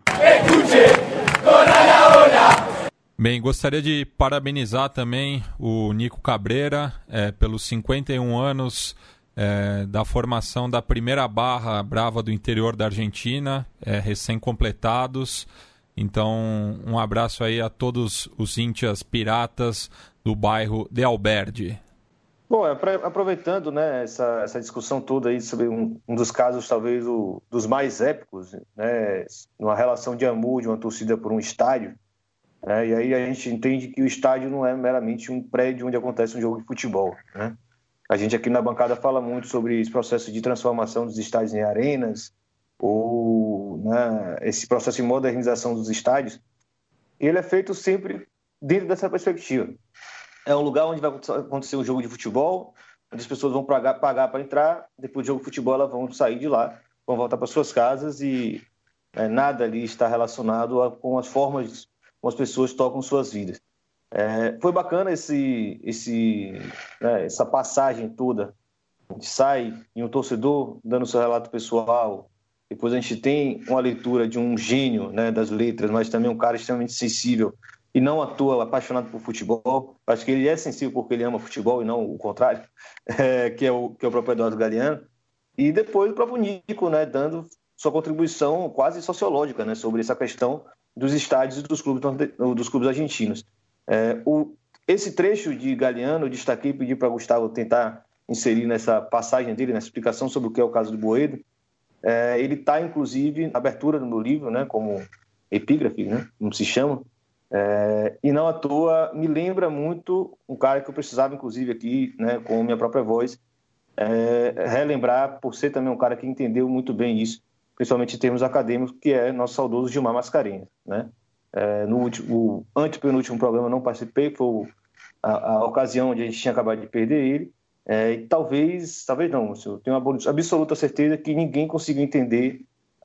Bem, gostaria de parabenizar também o Nico Cabreira pelos 51 anos da formação da primeira barra brava do interior da Argentina, recém-completados. Então, um abraço aí a todos os íntias piratas do bairro de Alberdi. Bom, aproveitando, né, essa discussão toda aí sobre um dos casos talvez dos mais épicos, né, numa relação de amor de uma torcida por um estádio, né, e aí a gente entende que o estádio não é meramente um prédio onde acontece um jogo de futebol, né? A gente aqui na bancada fala muito sobre esse processo de transformação dos estádios em arenas, ou, né, esse processo de modernização dos estádios. Ele é feito sempre dentro dessa perspectiva. É um lugar onde vai acontecer um jogo de futebol, onde as pessoas vão pagar para entrar, depois do jogo de futebol elas vão sair de lá, vão voltar para suas casas e nada ali está relacionado com as formas como as pessoas tocam suas vidas. Foi bacana essa passagem toda. A gente sai e um torcedor dando seu relato pessoal, depois a gente tem uma leitura de um gênio, né, das letras, mas também um cara extremamente sensível e não à toa apaixonado por futebol. Acho que ele é sensível porque ele ama futebol e não o contrário, que é o próprio Eduardo Galeano. E depois o próprio Nico, né, dando sua contribuição quase sociológica, né, sobre essa questão dos estádios e dos clubes argentinos. Esse trecho de Galeano, eu destaquei e pedi para Gustavo tentar inserir nessa passagem dele, nessa explicação sobre o que é o caso do Boedo. Ele está, inclusive, na abertura do meu livro, né, como epígrafe, né, como se chama, e não à toa me lembra muito um cara que eu precisava, inclusive, aqui, né, com minha própria voz, relembrar, por ser também um cara que entendeu muito bem isso, principalmente em termos acadêmicos, que é nosso saudoso Gilmar Mascarenhas, né? No antepenúltimo programa eu não participei, foi a ocasião onde a gente tinha acabado de perder ele, e talvez não, eu tenho uma absoluta certeza que ninguém conseguiu entender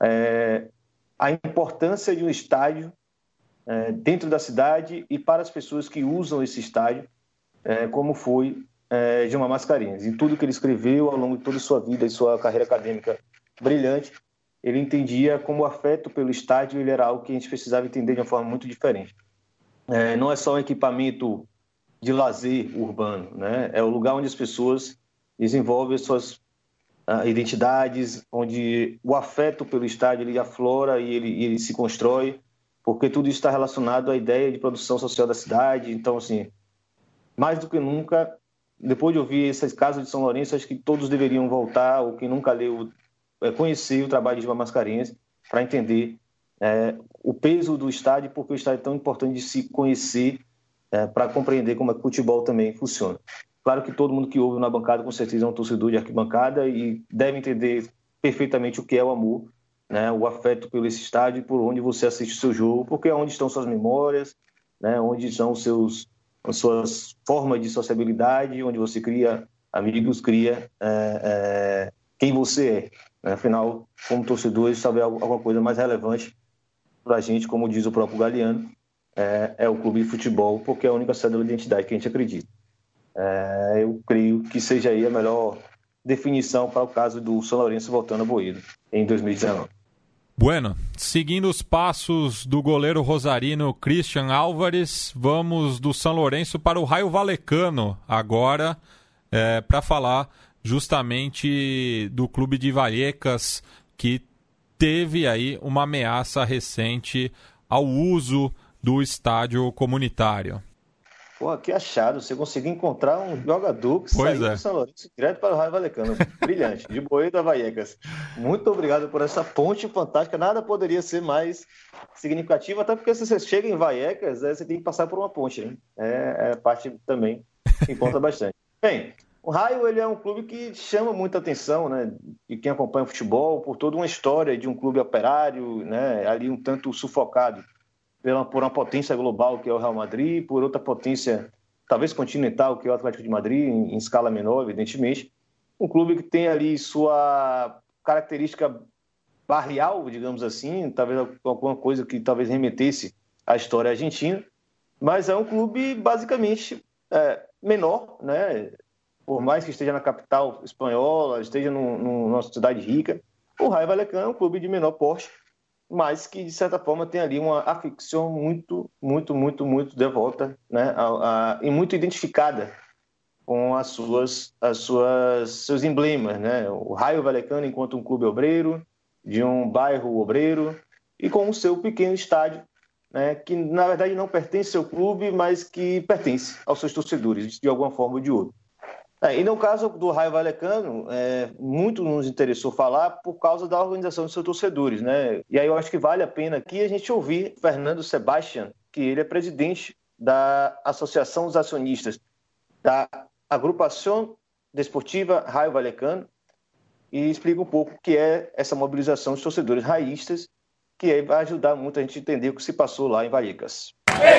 a importância de um estádio dentro da cidade e para as pessoas que usam esse estádio, como foi Gilmar Mascarenhas. Em tudo que ele escreveu ao longo de toda a sua vida e sua carreira acadêmica brilhante, ele entendia como o afeto pelo estádio ele era algo que a gente precisava entender de uma forma muito diferente. Não é só um equipamento de lazer urbano, né? É o lugar onde as pessoas desenvolvem as suas identidades, onde o afeto pelo estádio ele aflora e ele se constrói, porque tudo isso está relacionado à ideia de produção social da cidade. Então, assim, mais do que nunca, depois de ouvir esses casos de São Lourenço, acho que todos deveriam voltar, ou quem nunca leu, conhecer o trabalho de Gilmar Mascarenhas para entender o peso do estádio, porque o estádio é tão importante de se conhecer para compreender como é que o futebol também funciona. Claro que todo mundo que ouve na bancada com certeza é um torcedor de arquibancada e deve entender perfeitamente o que é o amor, né, o afeto pelo esse estádio e por onde você assiste o seu jogo, porque é onde estão suas memórias, né, onde estão as suas formas de sociabilidade, onde você cria amigos, cria quem você é. Afinal, como torcedores, talvez alguma coisa mais relevante para a gente, como diz o próprio Galeano, é o clube de futebol, porque é a única cédula de identidade que a gente acredita. Eu creio que seja aí a melhor definição para o caso do São Lourenço voltando a Boedo em 2019. Bueno, seguindo os passos do goleiro rosarino Christian Álvares, vamos do São Lourenço para o Raio Vallecano agora, para falar justamente do clube de Vallecas, que teve aí uma ameaça recente ao uso do estádio comunitário. Pô, que achado, você conseguiu encontrar um jogador que saiu do São Lourenço direto para o Raio Vallecano. Brilhante, de Boedo a Vallecas. Muito obrigado por essa ponte fantástica, nada poderia ser mais significativo, até porque se você chega em Vallecas, você tem que passar por uma ponte, né? É parte também que importa bastante. Bem, o Raio ele é um clube que chama muita atenção, né, de quem acompanha o futebol, por toda uma história de um clube operário, né, ali um tanto sufocado por uma potência global, que é o Real Madrid, por outra potência, talvez continental, que é o Atlético de Madrid, em escala menor, evidentemente. Um clube que tem ali sua característica barrial, digamos assim, talvez alguma coisa que talvez remetesse à história argentina, mas é um clube basicamente menor, né? Por mais que esteja na capital espanhola, esteja numa cidade rica, o Raio Vallecano é um clube de menor porte, mas que, de certa forma, tem ali uma afição muito, muito, muito, muito devota, né? E muito identificada com seus emblemas, né? O Raio Vallecano enquanto um clube obreiro, de um bairro obreiro, e com o seu pequeno estádio, né? Que, na verdade, não pertence ao clube, mas que pertence aos seus torcedores, de alguma forma ou de outra. E no caso do Raio Vallecano, muito nos interessou falar por causa da organização dos seus torcedores, né? E aí eu acho que vale a pena aqui a gente ouvir Fernando Sebastián, que ele é presidente da Associação dos Acionistas da Agrupação Desportiva Raio Vallecano, e explica um pouco o que é essa mobilização dos torcedores raístas, que aí vai ajudar muito a gente a entender o que se passou lá em Vallecas.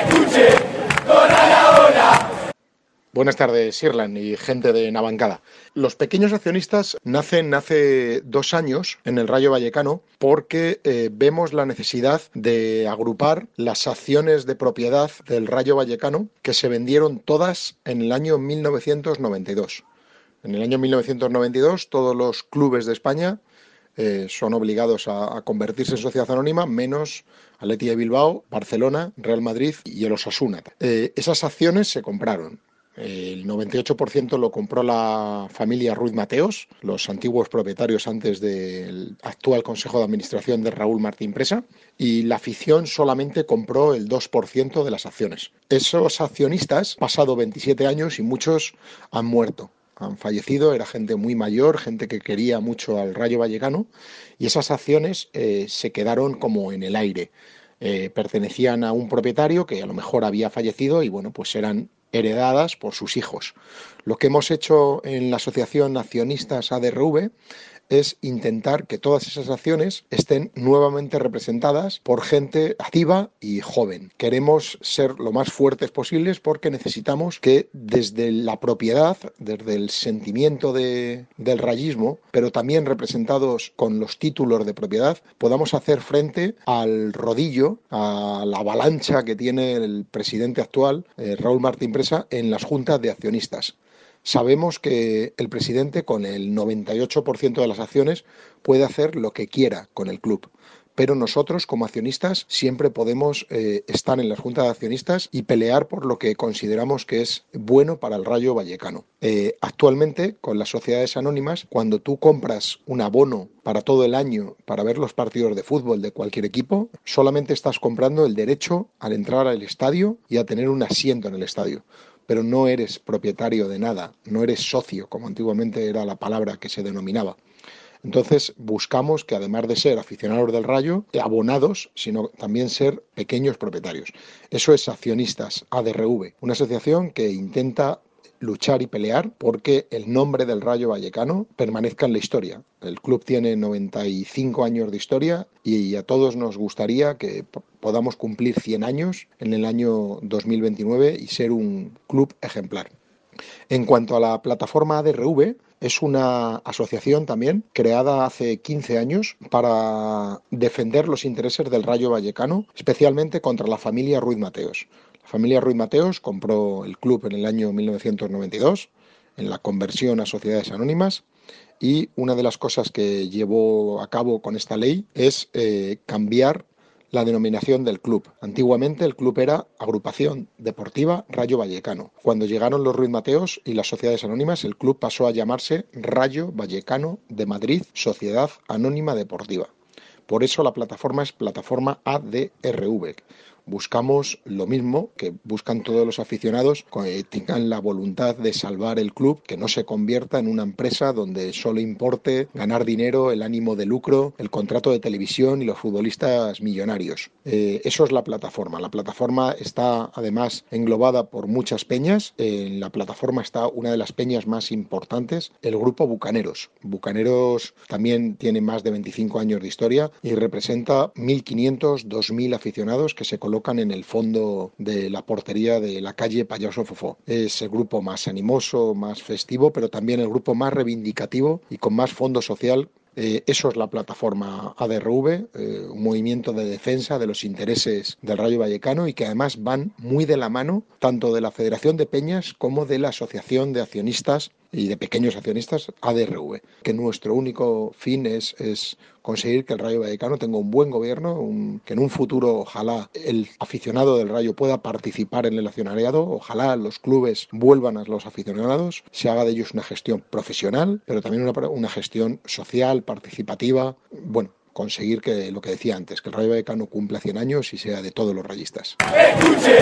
Buenas tardes, Irlan y gente de Navancada. Los pequeños accionistas nacen hace 2 años en el Rayo Vallecano porque vemos la necesidad de agrupar las acciones de propiedad del Rayo Vallecano que se vendieron todas en el año 1992. En el año 1992 todos los clubes de España son obligados a convertirse en sociedad anónima, menos Athletic de Bilbao, Barcelona, Real Madrid y el Osasuna. Esas acciones se compraron. El 98% lo compró la familia Ruiz Mateos, los antiguos propietarios antes del actual Consejo de Administración de Raúl Martín Presa, y la afición solamente compró el 2% de las acciones. Esos accionistas, pasado 27 años y muchos han muerto. Han fallecido, era gente muy mayor, gente que quería mucho al Rayo Vallecano, y esas acciones se quedaron como en el aire. Pertenecían a un propietario que a lo mejor había fallecido y bueno, pues eran heredadas por sus hijos. Lo que hemos hecho en la Asociación Accionistas ADRV es intentar que todas esas acciones estén nuevamente representadas por gente activa y joven. Queremos ser lo más fuertes posibles porque necesitamos que desde la propiedad, desde el sentimiento del rayismo, pero también representados con los títulos de propiedad, podamos hacer frente al rodillo, a la avalancha que tiene el presidente actual, Raúl Martín Presa, en las juntas de accionistas. Sabemos que el presidente, con el 98% de las acciones, puede hacer lo que quiera con el club. Pero nosotros, como accionistas, siempre podemos estar en las juntas de accionistas y pelear por lo que consideramos que es bueno para el Rayo Vallecano. Actualmente, con las sociedades anónimas, cuando tú compras un abono para todo el año para ver los partidos de fútbol de cualquier equipo, solamente estás comprando el derecho al entrar al estadio y a tener un asiento en el estadio. Pero no eres propietario de nada, no eres socio, como antiguamente era la palabra que se denominaba. Entonces buscamos que además de ser aficionados del Rayo, abonados, sino también ser pequeños propietarios. Eso es Accionistas ADRV, una asociación que intenta luchar y pelear porque el nombre del Rayo Vallecano permanezca en la historia. El club tiene 95 años de historia y a todos nos gustaría que podamos cumplir 100 años en el año 2029 y ser un club ejemplar. En cuanto a la plataforma ADRV, es una asociación también creada hace 15 años para defender los intereses del Rayo Vallecano, especialmente contra la familia Ruiz Mateos. La familia Ruiz Mateos compró el club en el año 1992, en la conversión a sociedades anónimas, y una de las cosas que llevó a cabo con esta ley es cambiar la denominación del club. Antiguamente el club era Agrupación Deportiva Rayo Vallecano. Cuando llegaron los Ruiz Mateos y las sociedades anónimas, el club pasó a llamarse Rayo Vallecano de Madrid Sociedad Anónima Deportiva. Por eso la plataforma es plataforma ADRV. Buscamos lo mismo que buscan todos los aficionados, que tengan la voluntad de salvar el club, que no se convierta en una empresa donde solo importe ganar dinero, el ánimo de lucro, el contrato de televisión y los futbolistas millonarios. Eso es la plataforma. La plataforma está además englobada por muchas peñas. En la plataforma está una de las peñas más importantes, el grupo Bucaneros. Bucaneros también tiene más de 25 años de historia y representa 1.500, 2.000 aficionados que se colocan en el fondo de la portería de la calle Payaso Fofó. Es el grupo más animoso, más festivo, pero también el grupo más reivindicativo y con más fondo social. Eso es la plataforma ADRV, un movimiento de defensa de los intereses del Rayo Vallecano y que además van muy de la mano tanto de la Federación de Peñas como de la Asociación de Accionistas y de Pequeños Accionistas ADRV, que nuestro único fin es conseguir que el Rayo Vallecano tenga un buen gobierno, que en un futuro ojalá el aficionado del Rayo pueda participar en el accionariado, ojalá los clubes vuelvan a los aficionados, se haga de ellos una gestión profesional, pero también una gestión social, participativa, bueno, conseguir que lo que decía antes, que el Rayo Vallecano cumpla 100 años y sea de todos los rayistas. ¡Escuche!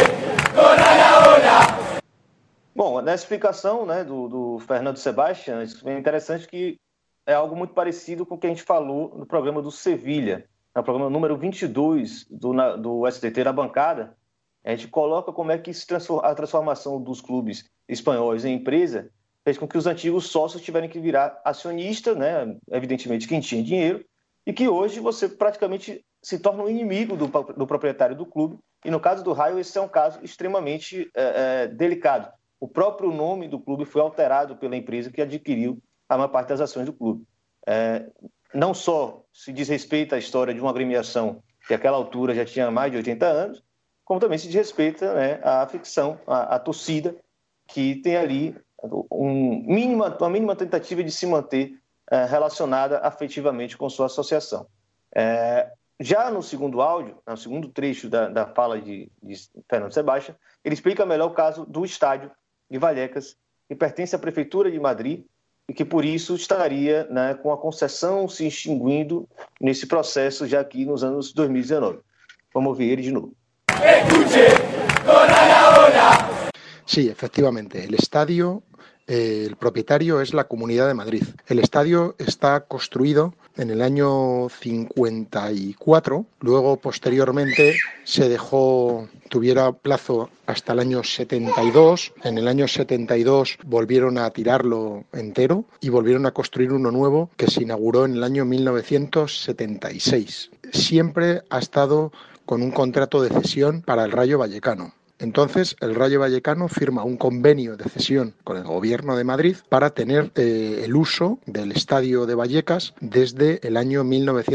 Bom, nessa explicação, né, do Fernando Sebastião, é interessante que é algo muito parecido com o que a gente falou no programa do Sevilha, no programa número 22 do STT na bancada. A gente coloca como é que a transformação dos clubes espanhóis em empresa fez com que os antigos sócios tiverem que virar acionistas, né, evidentemente quem tinha dinheiro, e que hoje você praticamente se torna um inimigo do proprietário do clube. E no caso do Raio, esse é um caso extremamente delicado. O próprio nome do clube foi alterado pela empresa que adquiriu a maior parte das ações do clube. Não só se diz respeito à história de uma agremiação que àquela altura já tinha mais de 80 anos, como também se diz respeito, né, à ficção, à torcida, que tem ali uma mínima tentativa de se manter relacionada afetivamente com sua associação. Já no segundo áudio, no segundo trecho da fala de Fernando Sebastião, ele explica melhor o caso do estádio de Vallecas, que pertence à Prefeitura de Madrid e que, por isso, estaria, né, com a concessão se extinguindo nesse processo já aqui nos anos 2019. Vamos ouvir ele de novo. Sí, efectivamente. El estadio, el propietario es la Comunidad de Madrid. El estadio está construido en el año 54, luego posteriormente se dejó, tuviera plazo hasta el año 72, en el año 72 volvieron a tirarlo entero y volvieron a construir uno nuevo que se inauguró en el año 1976. Siempre ha estado con un contrato de cesión para el Rayo Vallecano. Entonces, el Rayo Vallecano firma un convenio de cesión con el Gobierno de Madrid para tener el uso del Estadio de Vallecas desde el año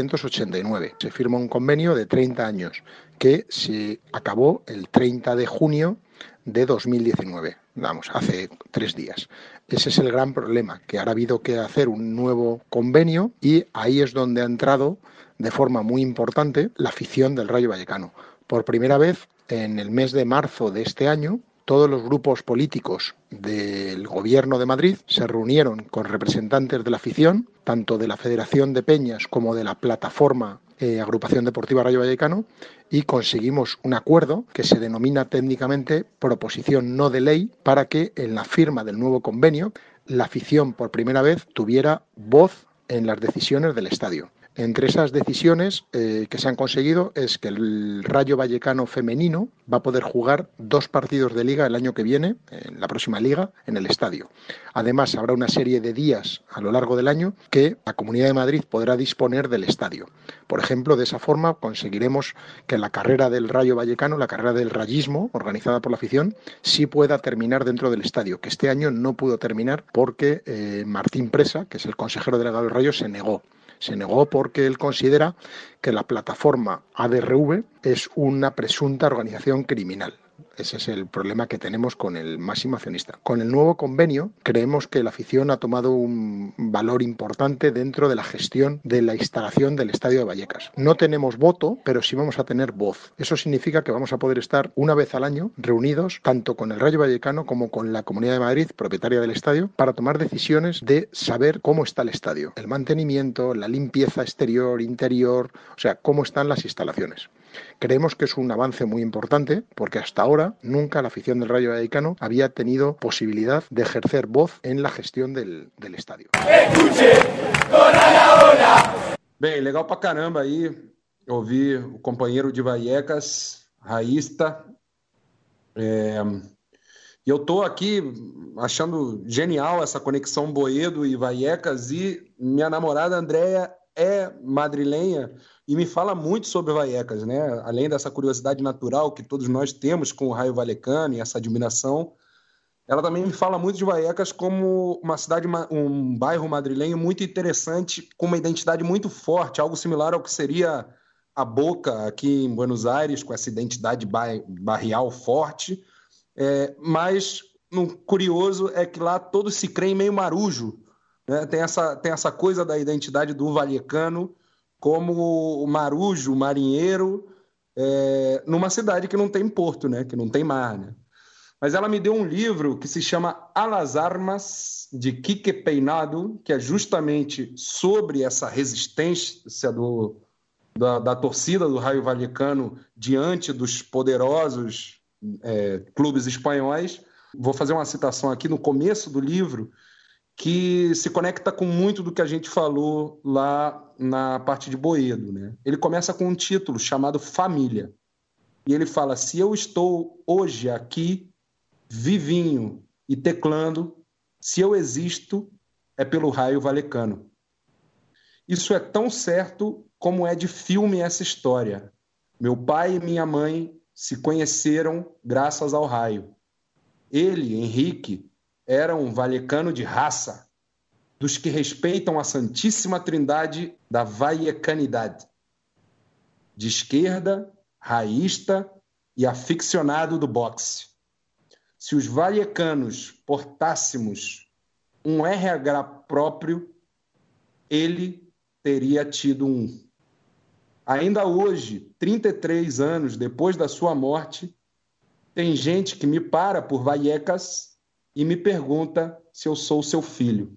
1989. Se firma un convenio de 30 años que se acabó el 30 de junio de 2019, vamos, hace 3 días. Ese es el gran problema, que ahora ha habido que hacer un nuevo convenio y ahí es donde ha entrado de forma muy importante la afición del Rayo Vallecano. Por primera vez, en el mes de marzo de este año, todos los grupos políticos del Gobierno de Madrid se reunieron con representantes de la afición, tanto de la Federación de Peñas como de la plataforma Agrupación Deportiva Rayo Vallecano, y conseguimos un acuerdo que se denomina técnicamente proposición no de ley para que en la firma del nuevo convenio la afición por primera vez tuviera voz en las decisiones del estadio. Entre esas decisiones que se han conseguido es que el Rayo Vallecano femenino va a poder jugar 2 partidos de liga el año que viene, en la próxima liga, en el estadio. Además, habrá una serie de días a lo largo del año que la Comunidad de Madrid podrá disponer del estadio. Por ejemplo, de esa forma conseguiremos que la carrera del Rayo Vallecano, la carrera del rayismo, organizada por la afición, sí pueda terminar dentro del estadio, que este año no pudo terminar porque Martín Presa, que es el consejero delegado del Rayo, se negó. Se negó porque él considera que la plataforma ADRV es una presunta organización criminal. Ese es el problema que tenemos con el máximo accionista. Con el nuevo convenio, creemos que la afición ha tomado un valor importante dentro de la gestión de la instalación del Estadio de Vallecas. No tenemos voto, pero sí vamos a tener voz. Eso significa que vamos a poder estar una vez al año reunidos, tanto con el Rayo Vallecano como con la Comunidad de Madrid, propietaria del estadio, para tomar decisiones de saber cómo está el estadio, el mantenimiento, la limpieza exterior, interior, o sea, cómo están las instalaciones. Creemos que es un avance muy importante porque hasta ahora nunca la afición del Rayo Vallecano había tenido posibilidad de ejercer voz en la gestión del estadio. Bem, legal pra caramba aí ouvir o companheiro de Vallecas, Raísta. E eu tô aqui achando genial essa conexão Boedo e Vallecas, e minha namorada Andréia é madrilenha e me fala muito sobre Vallecas, né? Além dessa curiosidade natural que todos nós temos com o Raio Vallecano e essa admiração, ela também me fala muito de Vallecas como uma cidade, um bairro madrilenho muito interessante, com uma identidade muito forte, algo similar ao que seria a Boca aqui em Buenos Aires, com essa identidade barrial forte. Mas curioso é que lá todos se creem meio marujo, né? Tem essa coisa da identidade do vallecano como o marujo, o marinheiro, numa cidade que não tem porto, né? Que não tem mar, né? Mas ela me deu um livro que se chama A las Armas, de Quique Peinado, que é justamente sobre essa resistência da torcida do Raio Vallecano diante dos poderosos clubes espanhóis. Vou fazer uma citação aqui no começo do livro, que se conecta com muito do que a gente falou lá na parte de Boedo, né? Ele começa com um título chamado Família. E ele fala: se eu estou hoje aqui, vivinho e teclando, se eu existo, é pelo Raio Vallecano. Isso é tão certo como é de filme essa história. Meu pai e minha mãe se conheceram graças ao Raio. Ele, Henrique, era um vallecano de raça, dos que respeitam a Santíssima Trindade da vallecanidade. De esquerda, raísta e aficionado do boxe. Se os vallecanos portássemos um RH próprio, ele teria tido um. Ainda hoje, 33 anos depois da sua morte, tem gente que me para por Vallecas e me pergunta se eu sou seu filho.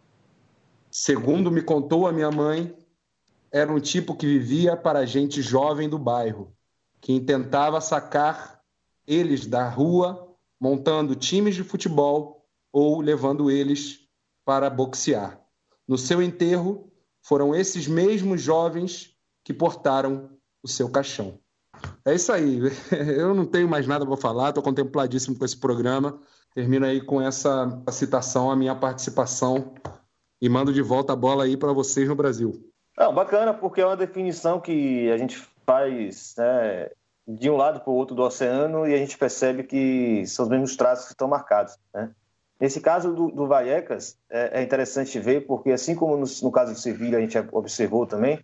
Segundo me contou a minha mãe, era um tipo que vivia para gente jovem do bairro, que tentava sacar eles da rua, montando times de futebol ou levando eles para boxear. No seu enterro, foram esses mesmos jovens que portaram o seu caixão. É isso aí. Eu não tenho mais nada para falar, estou contempladíssimo com esse programa. Termino aí com essa citação, a minha participação, e mando de volta a bola aí para vocês no Brasil. Não, bacana, porque é uma definição que a gente faz, né, de um lado para o outro do oceano, e a gente percebe que são os mesmos traços que estão marcados, né? Nesse caso do Vallecas, é interessante ver, porque assim como no caso do Sevilha a gente observou também,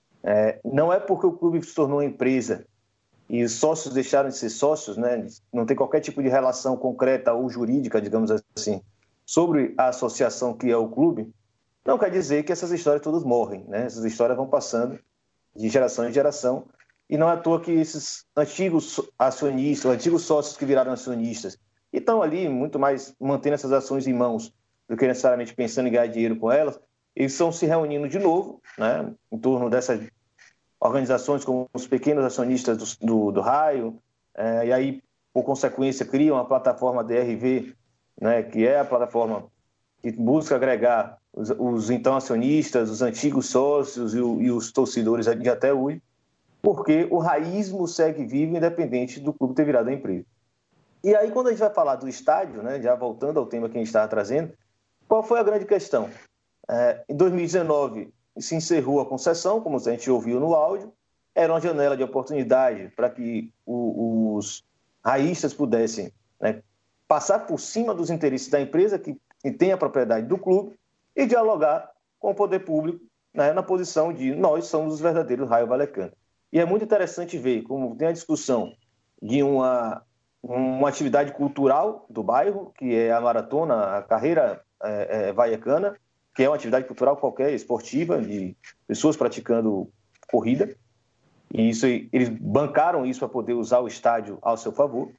não é porque o clube se tornou uma empresa e os sócios deixaram de ser sócios, né, não tem qualquer tipo de relação concreta ou jurídica, digamos assim, sobre a associação que é o clube, não quer dizer que essas histórias todas morrem, né? Essas histórias vão passando de geração em geração, e não é à toa que esses antigos acionistas, antigos sócios que viraram acionistas, e estão ali muito mais mantendo essas ações em mãos do que necessariamente pensando em ganhar dinheiro com elas, eles estão se reunindo de novo, né, em torno dessas organizações como os pequenos acionistas do Raio, e aí, por consequência, criam a plataforma DRV, né, que é a plataforma que busca agregar os então acionistas, os antigos sócios e os torcedores de até hoje, porque o raísmo segue vivo independente do clube ter virado a empresa. E aí, quando a gente vai falar do estádio, né, já voltando ao tema que a gente estava trazendo, qual foi a grande questão? Em 2019, se encerrou a concessão, como a gente ouviu no áudio, era uma janela de oportunidade para que os raístas pudessem, né, passar por cima dos interesses da empresa que tem a propriedade do clube e dialogar com o poder público, né, na posição de nós somos os verdadeiros Raio Vallecano. E é muito interessante ver como tem a discussão de uma atividade cultural do bairro, que é a maratona, a carreira vallecana, que é uma atividade cultural qualquer, esportiva, de pessoas praticando corrida. E isso, eles bancaram isso para poder usar o estádio ao seu favor.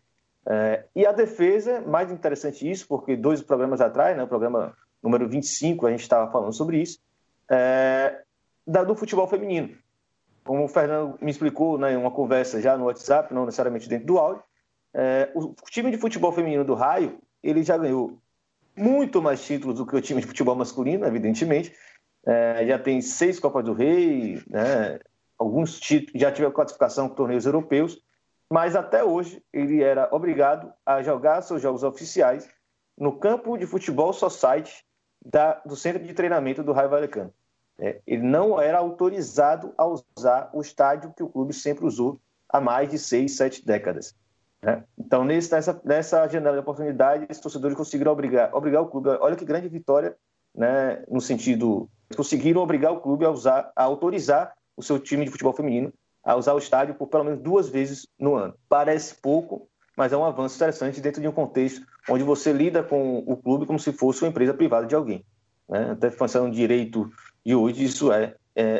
E a defesa, mais interessante isso, porque 2 programas atrás, né, o programa número 25, a gente estava falando sobre isso, do futebol feminino. Como o Fernando me explicou, né, em uma conversa já no WhatsApp, não necessariamente dentro do áudio, o time de futebol feminino do Raio, ele já ganhou muito mais títulos do que o time de futebol masculino, evidentemente. Já tem 6 Copas do Rei, né, alguns títulos, já tiveram classificação com torneios europeus, mas até hoje ele era obrigado a jogar seus jogos oficiais no campo de futebol society do centro de treinamento do Raio Vallecano. Ele não era autorizado a usar o estádio que o clube sempre usou há mais de 6, 7 décadas. Então, nessa janela de oportunidade, os torcedores conseguiram obrigar o clube. Olha que grande vitória, né, no sentido, conseguiram obrigar o clube a autorizar o seu time de futebol feminino a usar o estádio por pelo menos 2 vezes no ano. Parece pouco, mas é um avanço interessante dentro de um contexto onde você lida com o clube como se fosse uma empresa privada de alguém, né? Até pensando no direito de hoje, isso é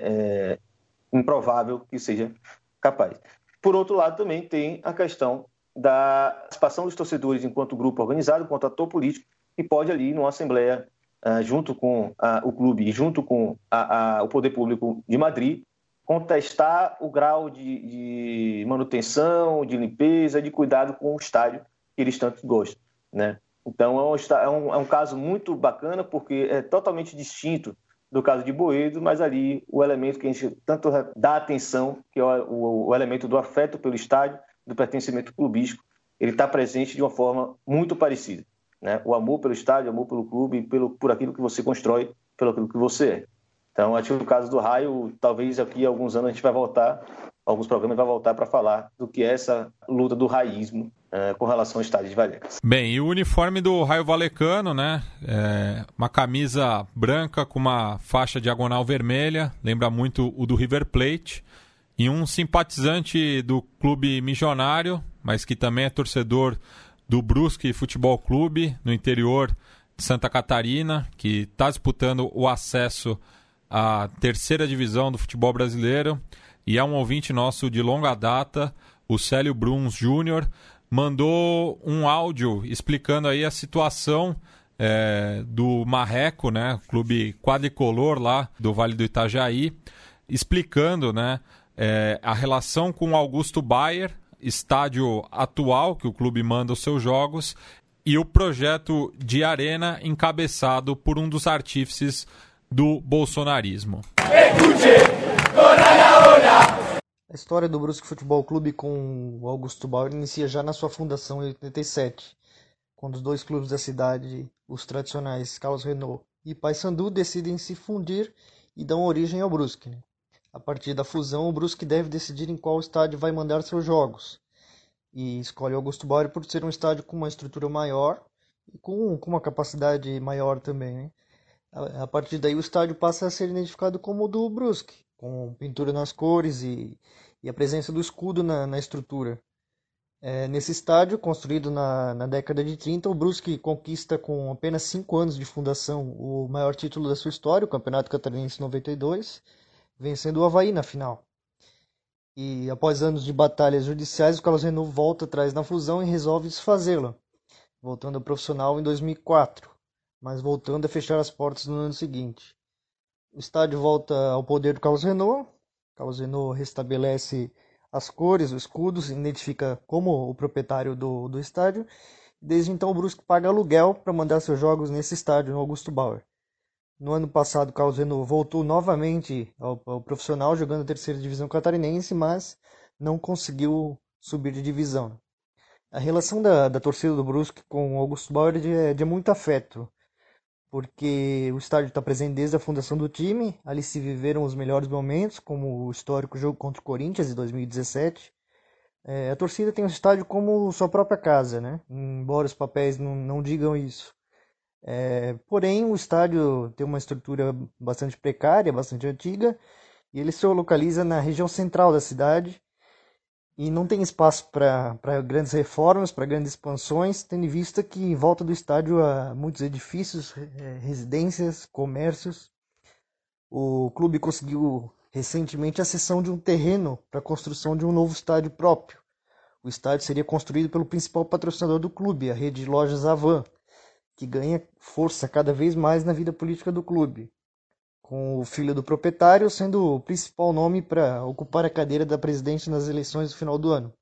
improvável que seja capaz. Por outro lado, também tem a questão da participação dos torcedores enquanto grupo organizado, enquanto ator político, que pode ali, numa assembleia, junto com o clube e junto com o poder público de Madrid, contestar o grau de manutenção, de limpeza, de cuidado com o estádio que eles tanto gostam, né? Então, é um caso muito bacana, porque é totalmente distinto do caso de Boedo, mas ali o elemento que a gente tanto dá atenção, que é o elemento do afeto pelo estádio, do pertencimento clubístico, ele está presente de uma forma muito parecida, né? O amor pelo estádio, o amor pelo clube, por aquilo que você constrói, pelo aquilo que você é. Então, acho que no caso do Raio, talvez aqui a alguns anos a gente vai voltar, alguns programas vai voltar para falar do que é essa luta do raísmo com relação ao estádio de Vallecas. Bem, e o uniforme do Raio Vallecano, né? Uma camisa branca com uma faixa diagonal vermelha, lembra muito o do River Plate, e um simpatizante do clube Milionário, mas que também é torcedor do Brusque Futebol Clube, no interior de Santa Catarina, que está disputando o acesso à 3ª divisão do futebol brasileiro, e é um ouvinte nosso de longa data, o Célio Bruns Júnior, mandou um áudio explicando aí a situação do Marreco, né, clube quadricolor lá do Vale do Itajaí, explicando, né, a relação com o Augusto Baier, estádio atual que o clube manda os seus jogos, e o projeto de arena encabeçado por um dos artífices do bolsonarismo. A história do Brusque Futebol Clube com o Augusto Baier inicia já na sua fundação em 87, quando os dois clubes da cidade, os tradicionais Carlos Renault e Paysandu, decidem se fundir e dão origem ao Brusque, né? A partir da fusão, o Brusque deve decidir em qual estádio vai mandar seus jogos, e escolhe o Augusto Baier por ser um estádio com uma estrutura maior e com uma capacidade maior também, né? A partir daí o estádio passa a ser identificado como o do Brusque, com pintura nas cores e a presença do escudo na estrutura. Nesse estádio, construído na década de 30, o Brusque conquista com apenas 5 anos de fundação o maior título da sua história, o Campeonato Catarinense 92, vencendo o Avaí na final. E após anos de batalhas judiciais, o Carlos Renault volta atrás na fusão e resolve desfazê-la, voltando ao profissional em 2004, mas voltando a fechar as portas no ano seguinte. O estádio volta ao poder do Carlos Renault. Carlos Renault restabelece as cores, o escudo, se identifica como o proprietário do estádio. Desde então, o Brusque paga aluguel para mandar seus jogos nesse estádio, no Augusto Baier. No ano passado, o Carlos Renault voltou novamente ao profissional, jogando a terceira divisão catarinense, mas não conseguiu subir de divisão. A relação da torcida do Brusque com o Augusto Baier é de muito afeto, porque o estádio está presente desde a fundação do time. Ali se viveram os melhores momentos, como o histórico jogo contra o Corinthians de 2017. A torcida tem o estádio como sua própria casa, né? Embora os papéis não digam isso. Porém, o estádio tem uma estrutura bastante precária, bastante antiga, e ele se localiza na região central da cidade, e não tem espaço para grandes reformas, para grandes expansões, tendo em vista que em volta do estádio há muitos edifícios, residências, comércios. O clube conseguiu recentemente a cessão de um terreno para a construção de um novo estádio próprio. O estádio seria construído pelo principal patrocinador do clube, a rede de lojas Avan, que ganha força cada vez mais na vida política do clube, com o filho do proprietário sendo o principal nome para ocupar a cadeira da presidência nas eleições do final do ano.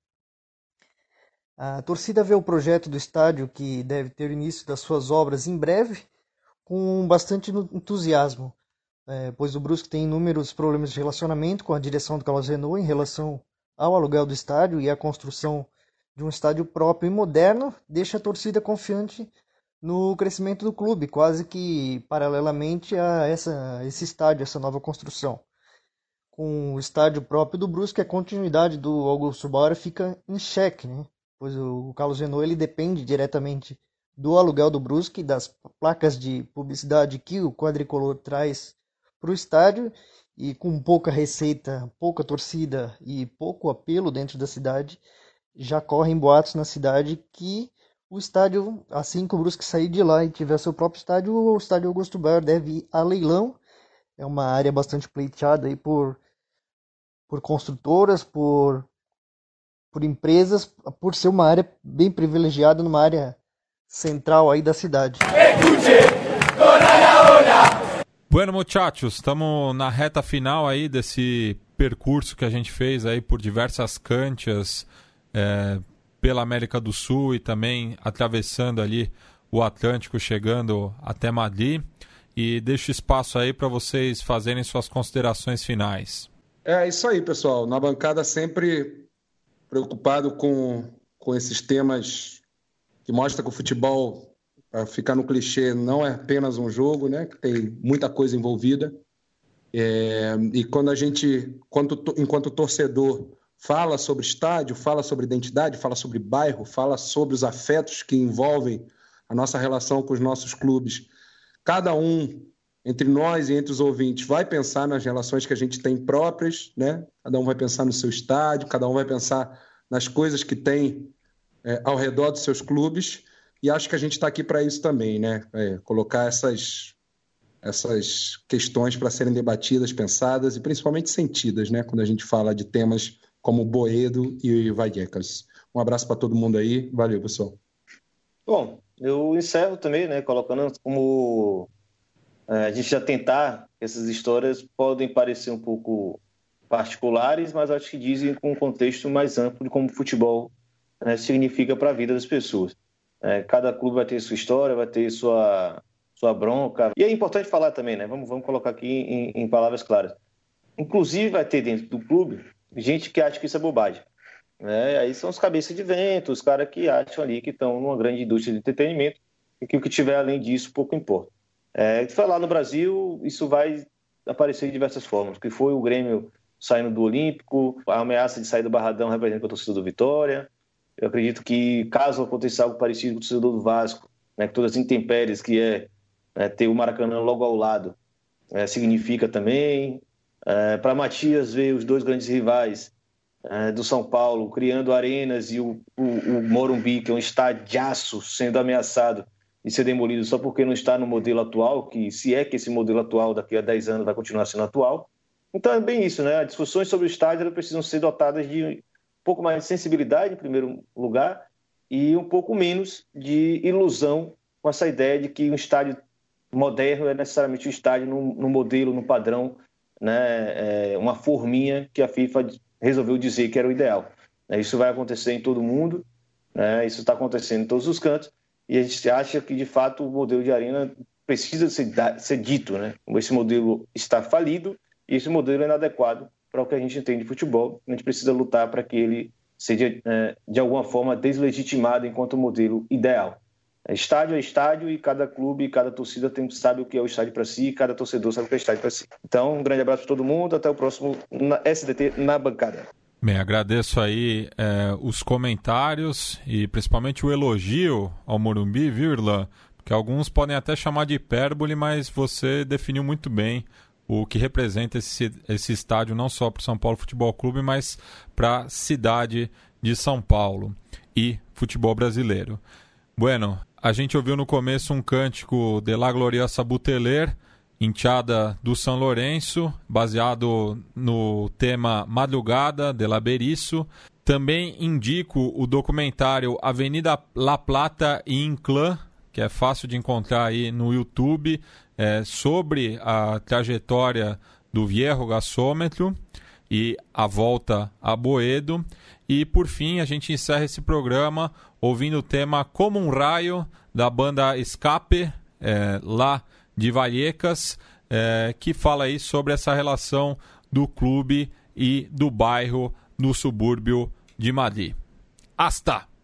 A torcida vê o projeto do estádio, que deve ter início das suas obras em breve, com bastante entusiasmo, pois o Brusque tem inúmeros problemas de relacionamento com a direção do Carlos Renault em relação ao aluguel do estádio, e a construção de um estádio próprio e moderno deixa a torcida confiante no crescimento do clube, quase que paralelamente a esse estádio, essa nova construção. Com o estádio próprio do Brusque, a continuidade do Augusto Baier fica em xeque, né? Pois o Carlos Renault ele depende diretamente do aluguel do Brusque, das placas de publicidade que o quadricolor traz para o estádio, e com pouca receita, pouca torcida e pouco apelo dentro da cidade, já correm boatos na cidade que o estádio, assim que o Brusque sair de lá e tiver seu próprio estádio, o estádio Augusto Baier deve ir a leilão. É uma área bastante pleiteada aí por construtoras, por empresas, por ser uma área bem privilegiada, numa área central aí da cidade. Bueno, muchachos, estamos na reta final aí desse percurso que a gente fez aí por diversas canchas, pela América do Sul e também atravessando ali o Atlântico, chegando até Madrid. E deixo espaço aí para vocês fazerem suas considerações finais. É isso aí, pessoal. Na bancada sempre preocupado com esses temas que mostram que o futebol, para ficar no clichê, não é apenas um jogo, né? Que tem muita coisa envolvida. E quando a gente, enquanto torcedor, fala sobre estádio, fala sobre identidade, fala sobre bairro, fala sobre os afetos que envolvem a nossa relação com os nossos clubes. Cada um, entre nós e entre os ouvintes, vai pensar nas relações que a gente tem próprias, né? Cada um vai pensar no seu estádio, cada um vai pensar nas coisas que tem ao redor dos seus clubes, e acho que a gente está aqui para isso também, né? Colocar essas questões para serem debatidas, pensadas e principalmente sentidas, né? Quando a gente fala de temas como Boedo e Vallecas. Um abraço para todo mundo aí. Valeu, pessoal. Bom, eu encerro também, né, colocando como a gente já tentar, essas histórias podem parecer um pouco particulares, mas acho que dizem com um contexto mais amplo de como o futebol, né, significa para a vida das pessoas. Cada clube vai ter sua história, vai ter sua bronca. E é importante falar também, né? Vamos colocar aqui em palavras claras. Inclusive vai ter dentro do clube gente que acha que isso é bobagem. Aí são os cabeças de vento, os caras que acham ali que estão numa grande indústria de entretenimento e que o que tiver além disso pouco importa. Lá no Brasil, isso vai aparecer de diversas formas, que foi o Grêmio saindo do Olímpico, a ameaça de sair do Barradão representa a torcida do Vitória. Eu acredito que, caso aconteça algo parecido com o torcedor do Vasco, né, que todas as intempéries que ter o Maracanã logo ao lado, significa também. Para Matias ver os dois grandes rivais do São Paulo criando arenas e o Morumbi, que é um estadiaço, sendo ameaçado de ser demolido só porque não está no modelo atual, que se é que esse modelo atual daqui a 10 anos vai continuar sendo atual. Então é bem isso, né? As discussões sobre o estádio precisam ser dotadas de um pouco mais de sensibilidade, em primeiro lugar, e um pouco menos de ilusão com essa ideia de que um estádio moderno é necessariamente um estádio no modelo, no padrão, né? Uma forminha que a FIFA resolveu dizer que era o ideal. Isso vai acontecer em todo mundo, né? Isso está acontecendo em todos os cantos, e a gente acha que, de fato, o modelo de arena precisa ser dito, né? Esse modelo está falido e esse modelo é inadequado para o que a gente entende de futebol. A gente precisa lutar para que ele seja, de alguma forma, deslegitimado enquanto modelo ideal. Estádio é estádio e cada clube e cada torcida sabe o que é o estádio para si e cada torcedor sabe o que é o estádio para si. Então, um grande abraço para todo mundo. Até o próximo SDT na bancada. Bem, agradeço aí os comentários e principalmente o elogio ao Morumbi, viu, Irlan? Porque alguns podem até chamar de hipérbole, mas você definiu muito bem o que representa esse estádio não só para o São Paulo Futebol Clube, mas para a cidade de São Paulo e futebol brasileiro. Bueno, a gente ouviu no começo um cântico de La Gloriosa Buteler, hinchada do São Lourenço, baseado no tema Madrugada de La Berisso. Também indico o documentário Avenida La Plata e Inclán, que é fácil de encontrar aí no YouTube, sobre a trajetória do Viejo Gasômetro e a volta a Boedo. E, por fim, a gente encerra esse programa ouvindo o tema Como um Raio, da banda Escape, lá de Vallecas, que fala aí sobre essa relação do clube e do bairro no subúrbio de Madrid. Hasta!